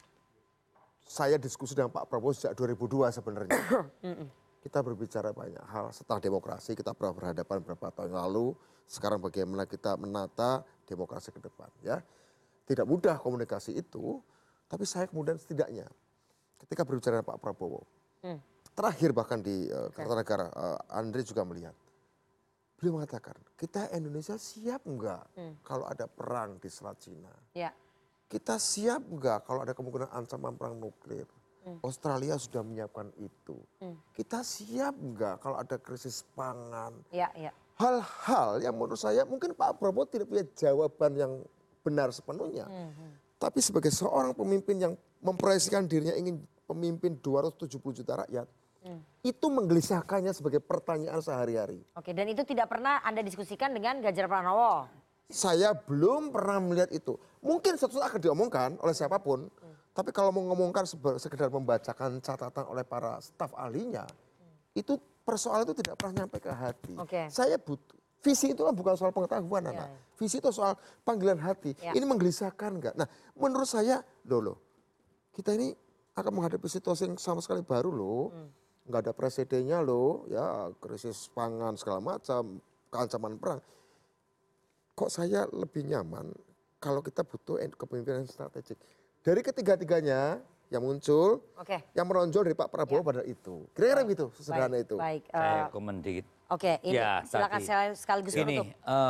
Saya diskusi dengan Pak Prabowo sejak 2002 sebenarnya. Kita berbicara banyak hal setelah demokrasi, kita pernah berhadapan beberapa tahun lalu. Sekarang bagaimana kita menata demokrasi ke depan. Ya, tidak mudah komunikasi itu, tapi saya kemudian setidaknya ketika berbicara dengan Pak Prabowo, terakhir bahkan di Kertanegara, Andre juga melihat, beliau mengatakan kita Indonesia siap enggak kalau ada perang di Selat Cina. Kita siap nggak kalau ada kemungkinan ancaman perang nuklir? Australia sudah menyiapkan itu. Kita siap nggak kalau ada krisis pangan? Hal-hal yang menurut saya mungkin Pak Prabowo tidak punya jawaban yang benar sepenuhnya. Tapi sebagai seorang pemimpin yang memproyeksikan dirinya ingin pemimpin 270 juta rakyat, itu menggelisahkannya sebagai pertanyaan sehari-hari. Oke, dan itu tidak pernah Anda diskusikan dengan Ganjar Pranowo? Saya belum pernah melihat itu. Mungkin suatu saat akan diomongkan oleh siapapun. Tapi kalau mau ngomongkan sekedar membacakan catatan oleh para staf ahlinya, itu persoalan itu tidak pernah nyampe ke hati. Saya butuh. Visi itu kan bukan soal pengetahuan, Nana. Visi itu soal panggilan hati. Ini menggelisahkan enggak? Nah, menurut saya, kita ini akan menghadapi situasi yang sama sekali baru loh. Nggak ada presidennya loh, ya krisis pangan segala macam, keancaman perang. Kok saya lebih nyaman kalau kita butuh kepemimpinan strategik. Dari ketiga-tiganya yang muncul, yang menonjol dari Pak Prabowo pada itu. Kira-kira gitu, sesederhana itu. Baik. Saya komen dikit. Ini silakan sekaligus menutup.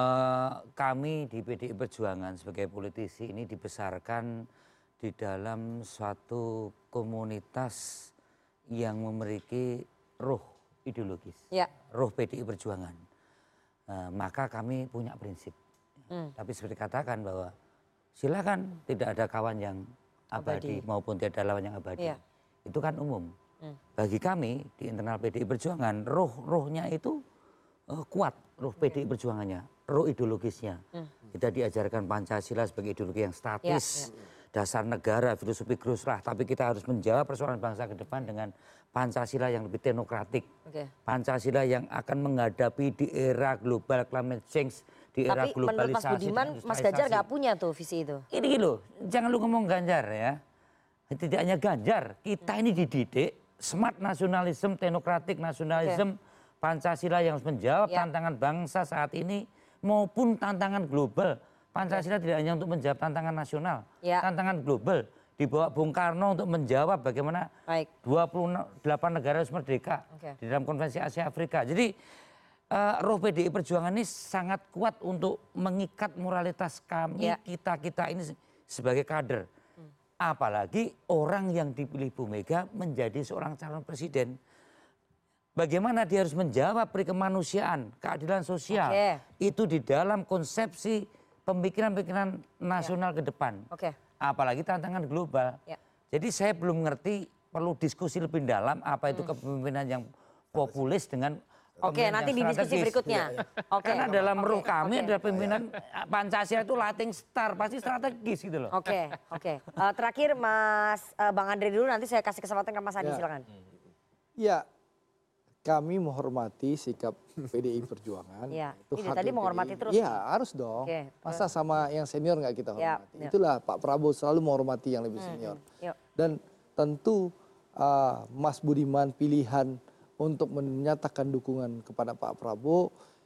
Kami di PDI Perjuangan sebagai politisi ini dibesarkan di dalam suatu komunitas yang memiliki ruh ideologis, ruh PDI Perjuangan. Maka kami punya prinsip. Tapi seperti katakan bahwa silakan tidak ada kawan yang abadi maupun tidak ada lawan yang abadi. Itu kan umum. Bagi kami di internal PDI Perjuangan, ruhnya itu kuat, ruh PDI Perjuangannya, ruh ideologisnya. Kita diajarkan Pancasila sebagai ideologi yang statis, dasar negara, filosofi Gruslah. Tapi kita harus menjawab persoalan bangsa ke depan dengan Pancasila yang lebih teknokratik. Pancasila yang akan menghadapi di era global climate change, di era globalisasi. Tapi menurut Mas Budiman, Mas Ganjar nggak punya tuh visi itu. Ini loh, jangan lu ngomong Ganjar ya. Tidak hanya Ganjar, kita ini dididik smart nasionalisme, teknokratik nasionalisme, Pancasila yang harus menjawab tantangan bangsa saat ini maupun tantangan global. Pancasila tidak hanya untuk menjawab tantangan nasional, tantangan global. Dibawa Bung Karno untuk menjawab bagaimana 28 negara harus merdeka di dalam Konvensi Asia Afrika. Jadi roh PDI Perjuangan ini sangat kuat untuk mengikat moralitas kami, kita ini sebagai kader. Apalagi orang yang dipilih Bu Mega menjadi seorang calon presiden. Bagaimana dia harus menjawab kemanusiaan, keadilan sosial. Itu di dalam konsepsi pemikiran-pemikiran nasional ke depan. Apalagi tantangan global. Jadi saya belum mengerti, perlu diskusi lebih dalam apa itu kepemimpinan yang populis dengan nanti di diskusi berikutnya. Karena dalam ruh kami adalah pimpinan Pancasila itu lighting star, pasti strategis gitu loh. Terakhir Mas Bang Andre dulu, nanti saya kasih kesempatan ke Mas Adi, silakan. Ya, kami menghormati sikap PDI Perjuangan. Itu ini tadi menghormati terus. Iya, harus dong. Masa sama yang senior nggak kita hormati? Itulah Pak Prabowo selalu menghormati yang lebih senior. Dan tentu Mas Budiman pilihan untuk menyatakan dukungan kepada Pak Prabowo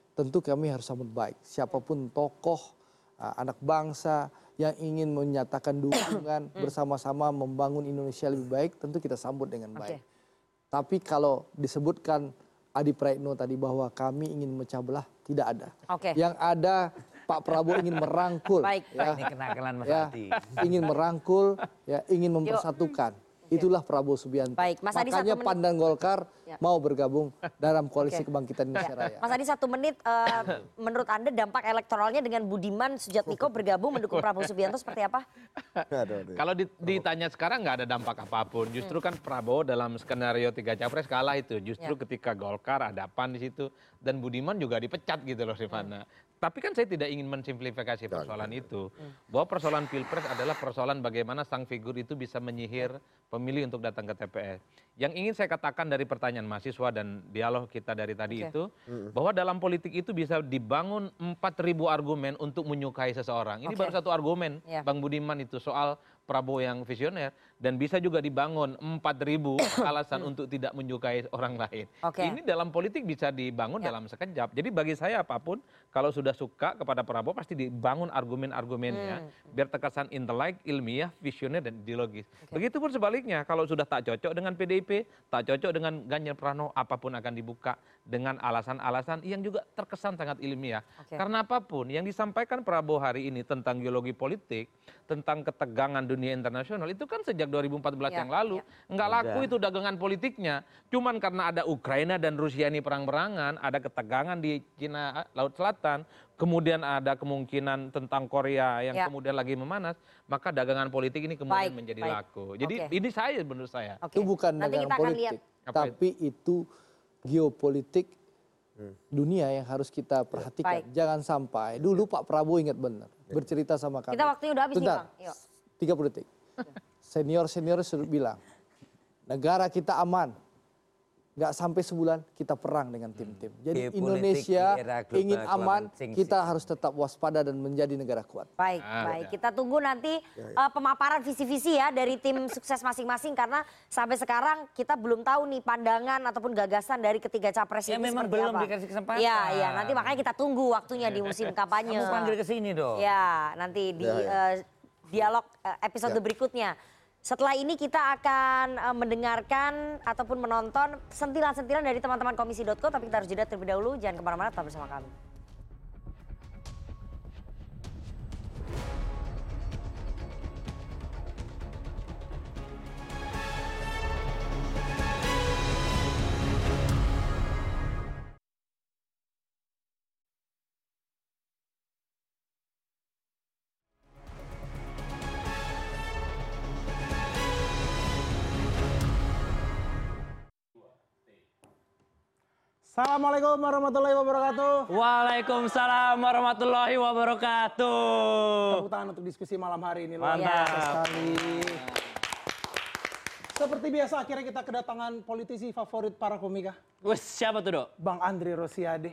tentu kami harus sambut baik. Siapapun tokoh, anak bangsa yang ingin menyatakan dukungan bersama-sama membangun Indonesia lebih baik, tentu kita sambut dengan baik. Tapi kalau disebutkan Adi Praitno tadi bahwa kami ingin memecah belah, tidak ada. Yang ada Pak Prabowo ingin merangkul, Ini kenakalan Mas Adi. ingin merangkul, ingin mempersatukan. Itulah Prabowo Subianto. Mas Adi, makanya Pandan Golkar mau bergabung dalam koalisi kebangkitan Indonesia Raya. Mas Adi, 1 menit, menurut Anda dampak elektoralnya dengan Budiman Sujatmiko bergabung mendukung Prabowo Subianto seperti apa? Kalau ditanya sekarang nggak ada dampak apapun. Justru kan Prabowo dalam skenario 3 capres kalah itu. Justru ketika Golkar ada PAN di situ dan Budiman juga dipecat gitu loh Rifana. Tapi kan saya tidak ingin mensimplifikasi persoalan itu. Bahwa persoalan Pilpres adalah persoalan bagaimana sang figur itu bisa menyihir pemilih untuk datang ke TPS. Yang ingin saya katakan dari pertanyaan mahasiswa dan dialog kita dari tadi itu, bahwa dalam politik itu bisa dibangun 4.000 argumen untuk menyukai seseorang. Ini baru satu argumen, Bang Budiman, itu soal Prabowo yang visioner, dan bisa juga dibangun 4.000 alasan untuk tidak menyukai orang lain. Ini dalam politik bisa dibangun dalam sekejap. Jadi bagi saya apapun, kalau sudah suka kepada Prabowo pasti dibangun argumen-argumennya, biar terkesan intelek, ilmiah, visioner, dan ideologis. Begitupun sebaliknya, kalau sudah tak cocok dengan PDIP, tak cocok dengan Ganjar Pranowo, apapun akan dibuka dengan alasan-alasan yang juga terkesan sangat ilmiah. Karena apapun yang disampaikan Prabowo hari ini tentang geologi politik, tentang ketegangan dunia internasional, itu kan sejak 2014 yang lalu. Nggak laku itu dagangan politiknya. Cuman karena ada Ukraina dan Rusia ini perang-perangan, ada ketegangan di Cina Laut Selatan, kemudian ada kemungkinan tentang Korea yang kemudian lagi memanas, maka dagangan politik ini kemudian menjadi laku. Jadi ini menurut saya. Itu bukan dagangan politik, tapi itu geopolitik dunia yang harus kita perhatikan. Jangan sampai, dulu Pak Prabowo ingat benar, bercerita sama kami. Kita waktunya udah habis nih Bang. 30 detik. Senior-senior sudah bilang, negara kita aman. Nggak sampai sebulan kita perang dengan tim-tim. Jadi Indonesia ingin aman, kita harus tetap waspada dan menjadi negara kuat. Baik. Kita tunggu nanti pemaparan visi-visi ya dari tim sukses masing-masing, karena sampai sekarang kita belum tahu nih pandangan ataupun gagasan dari ketiga capres ini memang seperti belum apa. dikasih kesempatan. Iya, nanti makanya kita tunggu waktunya di musim kampanye. Kamu panggil ke sini dong. Ya, nanti di dialog episode berikutnya. Setelah ini kita akan mendengarkan ataupun menonton sentilan-sentilan dari teman-teman komisi.co, tapi kita harus jeda terlebih dahulu. Jangan kemana-mana, tetap bersama kami. Assalamualaikum warahmatullahi wabarakatuh. Waalaikumsalam warahmatullahi wabarakatuh. Tepuk tangan untuk diskusi malam hari ini. Mantap sekali. Seperti biasa akhirnya kita kedatangan politisi favorit para komika. Wes, siapa tuh, Dok? Bang Andri Rosiade.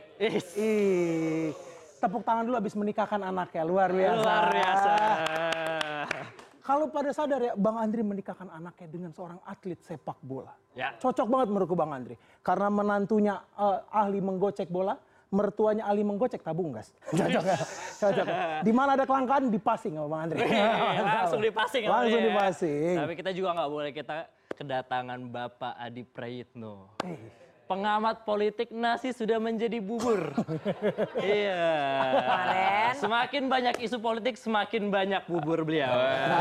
Tepuk tangan dulu habis menikahkan anaknya, luar biasa. Luar biasa. Kalau pada sadar ya, Bang Andri menikahkan anaknya dengan seorang atlet sepak bola. Ya. Cocok banget menurutku Bang Andri. Karena menantunya ahli menggocek bola, mertuanya ahli menggocek tabung gas. Cocok ya? Cocok. Di mana ada kelangkaan, dipasing sama Bang Andri. Langsung dipasing. Langsung dipasing. Tapi kita juga nggak boleh kita kedatangan Bapak Adi Praitno. Pengamat politik, nasi sudah menjadi bubur. Iya. Kemarin. Semakin banyak isu politik, semakin banyak bubur beliau.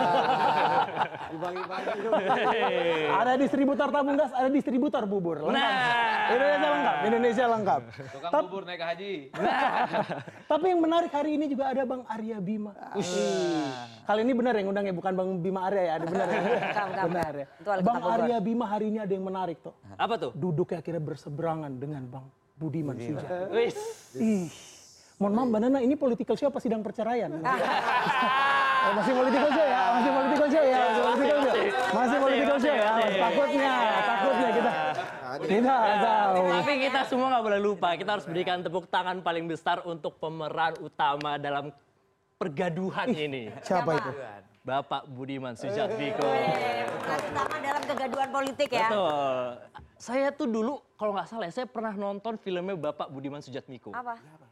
Ada distributor tabung gas, ada distributor bubur. Lengkap. Indonesia lengkap. Indonesia lengkap. Tukang bubur naik haji. Tapi yang menarik hari ini juga ada Bang Arya Bima. Kali ini benar yang undangnya, bukan Bang Bima Arya ya, ada benar ya. Benar ya. Bang Arya Bima hari ini ada yang menarik tuh. Apa tuh? Duduknya akhirnya berseberangan dengan Bang Budiman Sujatmiko. Mohon maaf Mbak Nana, ini political show apa sidang perceraian? Masih political show ya, masih political show ya, masih political show ya. Takutnya kita tahu. Tapi kita semua nggak boleh lupa, kita harus berikan tepuk tangan paling besar untuk pemeran utama dalam pergaduhan ini. Siapa itu? Bapak Budiman Sujatmiko. Pemeran utama dalam kegaduhan politik ya. Betul. Saya tuh dulu kalau nggak salah, saya pernah nonton filmnya Bapak Budiman Sujatmiko. Apa?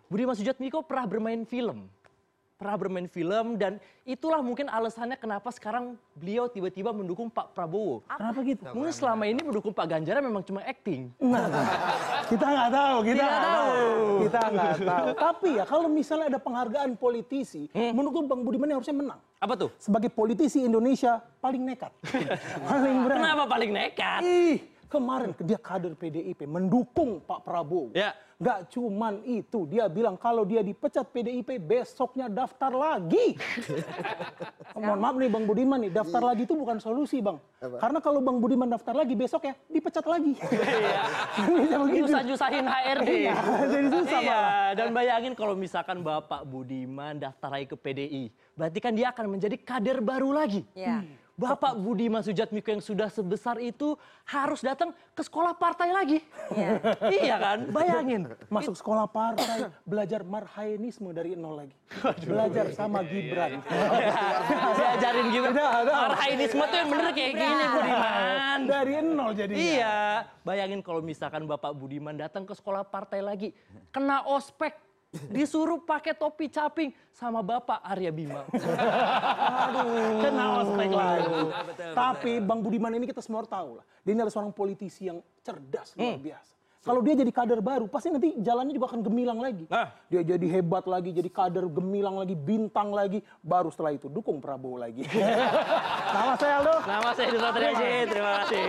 Budiman Sujatmiko pernah bermain film. Dan itulah mungkin alasannya kenapa sekarang beliau tiba-tiba mendukung Pak Prabowo. Kenapa gitu? Mungkin selama ini mendukung Pak Ganjar memang cuma acting. Kita nggak tahu. Kita nggak tahu. Tapi ya kalau misalnya ada penghargaan politisi, menurut Bang Budiman yang harusnya menang. Apa tuh? Sebagai politisi Indonesia paling nekat. Paling berani. Kenapa paling nekat? Kemarin dia kader PDIP mendukung Pak Prabowo. Ya. Nggak cuman itu, dia bilang kalau dia dipecat PDIP besoknya daftar lagi. Mohon maaf nih Bang Budiman nih, daftar lagi itu bukan solusi Bang. Karena kalau Bang Budiman daftar lagi besok ya dipecat lagi. Nyusah-nyusahin HRD. Jadi susah malah. Dan bayangin kalau misalkan Bapak Budiman daftar lagi ke PDI, berarti kan dia akan menjadi kader baru lagi. Bapak Budiman Sujatmiko yang sudah sebesar itu harus datang ke sekolah partai lagi. Iya kan? Bayangin. Masuk sekolah partai, belajar marhainisme dari nol lagi. Belajar sama Gibran. Diajarin Gibran. Marhainisme tuh yang bener kayak gini Budiman. Dari nol jadinya. Iya. Bayangin kalau misalkan Bapak Budiman datang ke sekolah partai lagi. Kena ospek. Disuruh pakai topi caping sama Bapak Arya Bima. Kena ospek lagi. Tapi Bang Budiman ini kita semua tahu lah. Dia ini adalah seorang politisi yang cerdas, luar biasa. Kalau dia jadi kader baru, pasti nanti jalannya juga akan gemilang lagi. Dia jadi hebat lagi, jadi kader gemilang lagi, bintang lagi. Baru setelah itu dukung Prabowo lagi. Nama saya Aldo. Nama saya Duto Triaji. Terima kasih.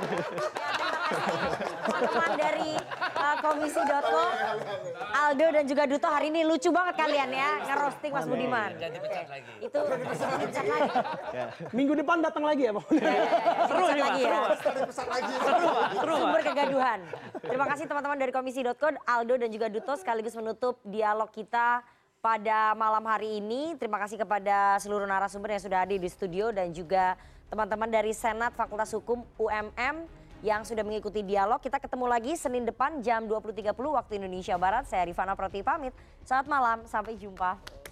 Teman-teman dari Komisi.co, Aldo dan juga Duto hari ini lucu banget kalian ya ngerosting Mas Budiman. Jangan dipecat lagi. Itu presiden dipecat lagi. Minggu depan datang lagi ya Bang. Seru lagi ya. Seru. Sumber kegaduhan. Terima kasih teman-teman dari Komisi.co, Aldo dan juga Duto sekaligus menutup dialog kita pada malam hari ini. Terima kasih kepada seluruh narasumber yang sudah hadir di studio dan juga teman-teman dari Senat Fakultas Hukum UMM yang sudah mengikuti dialog. Kita ketemu lagi Senin depan jam 20.30 waktu Indonesia Barat. Saya Rifana Pratiwi pamit. Selamat malam, sampai jumpa.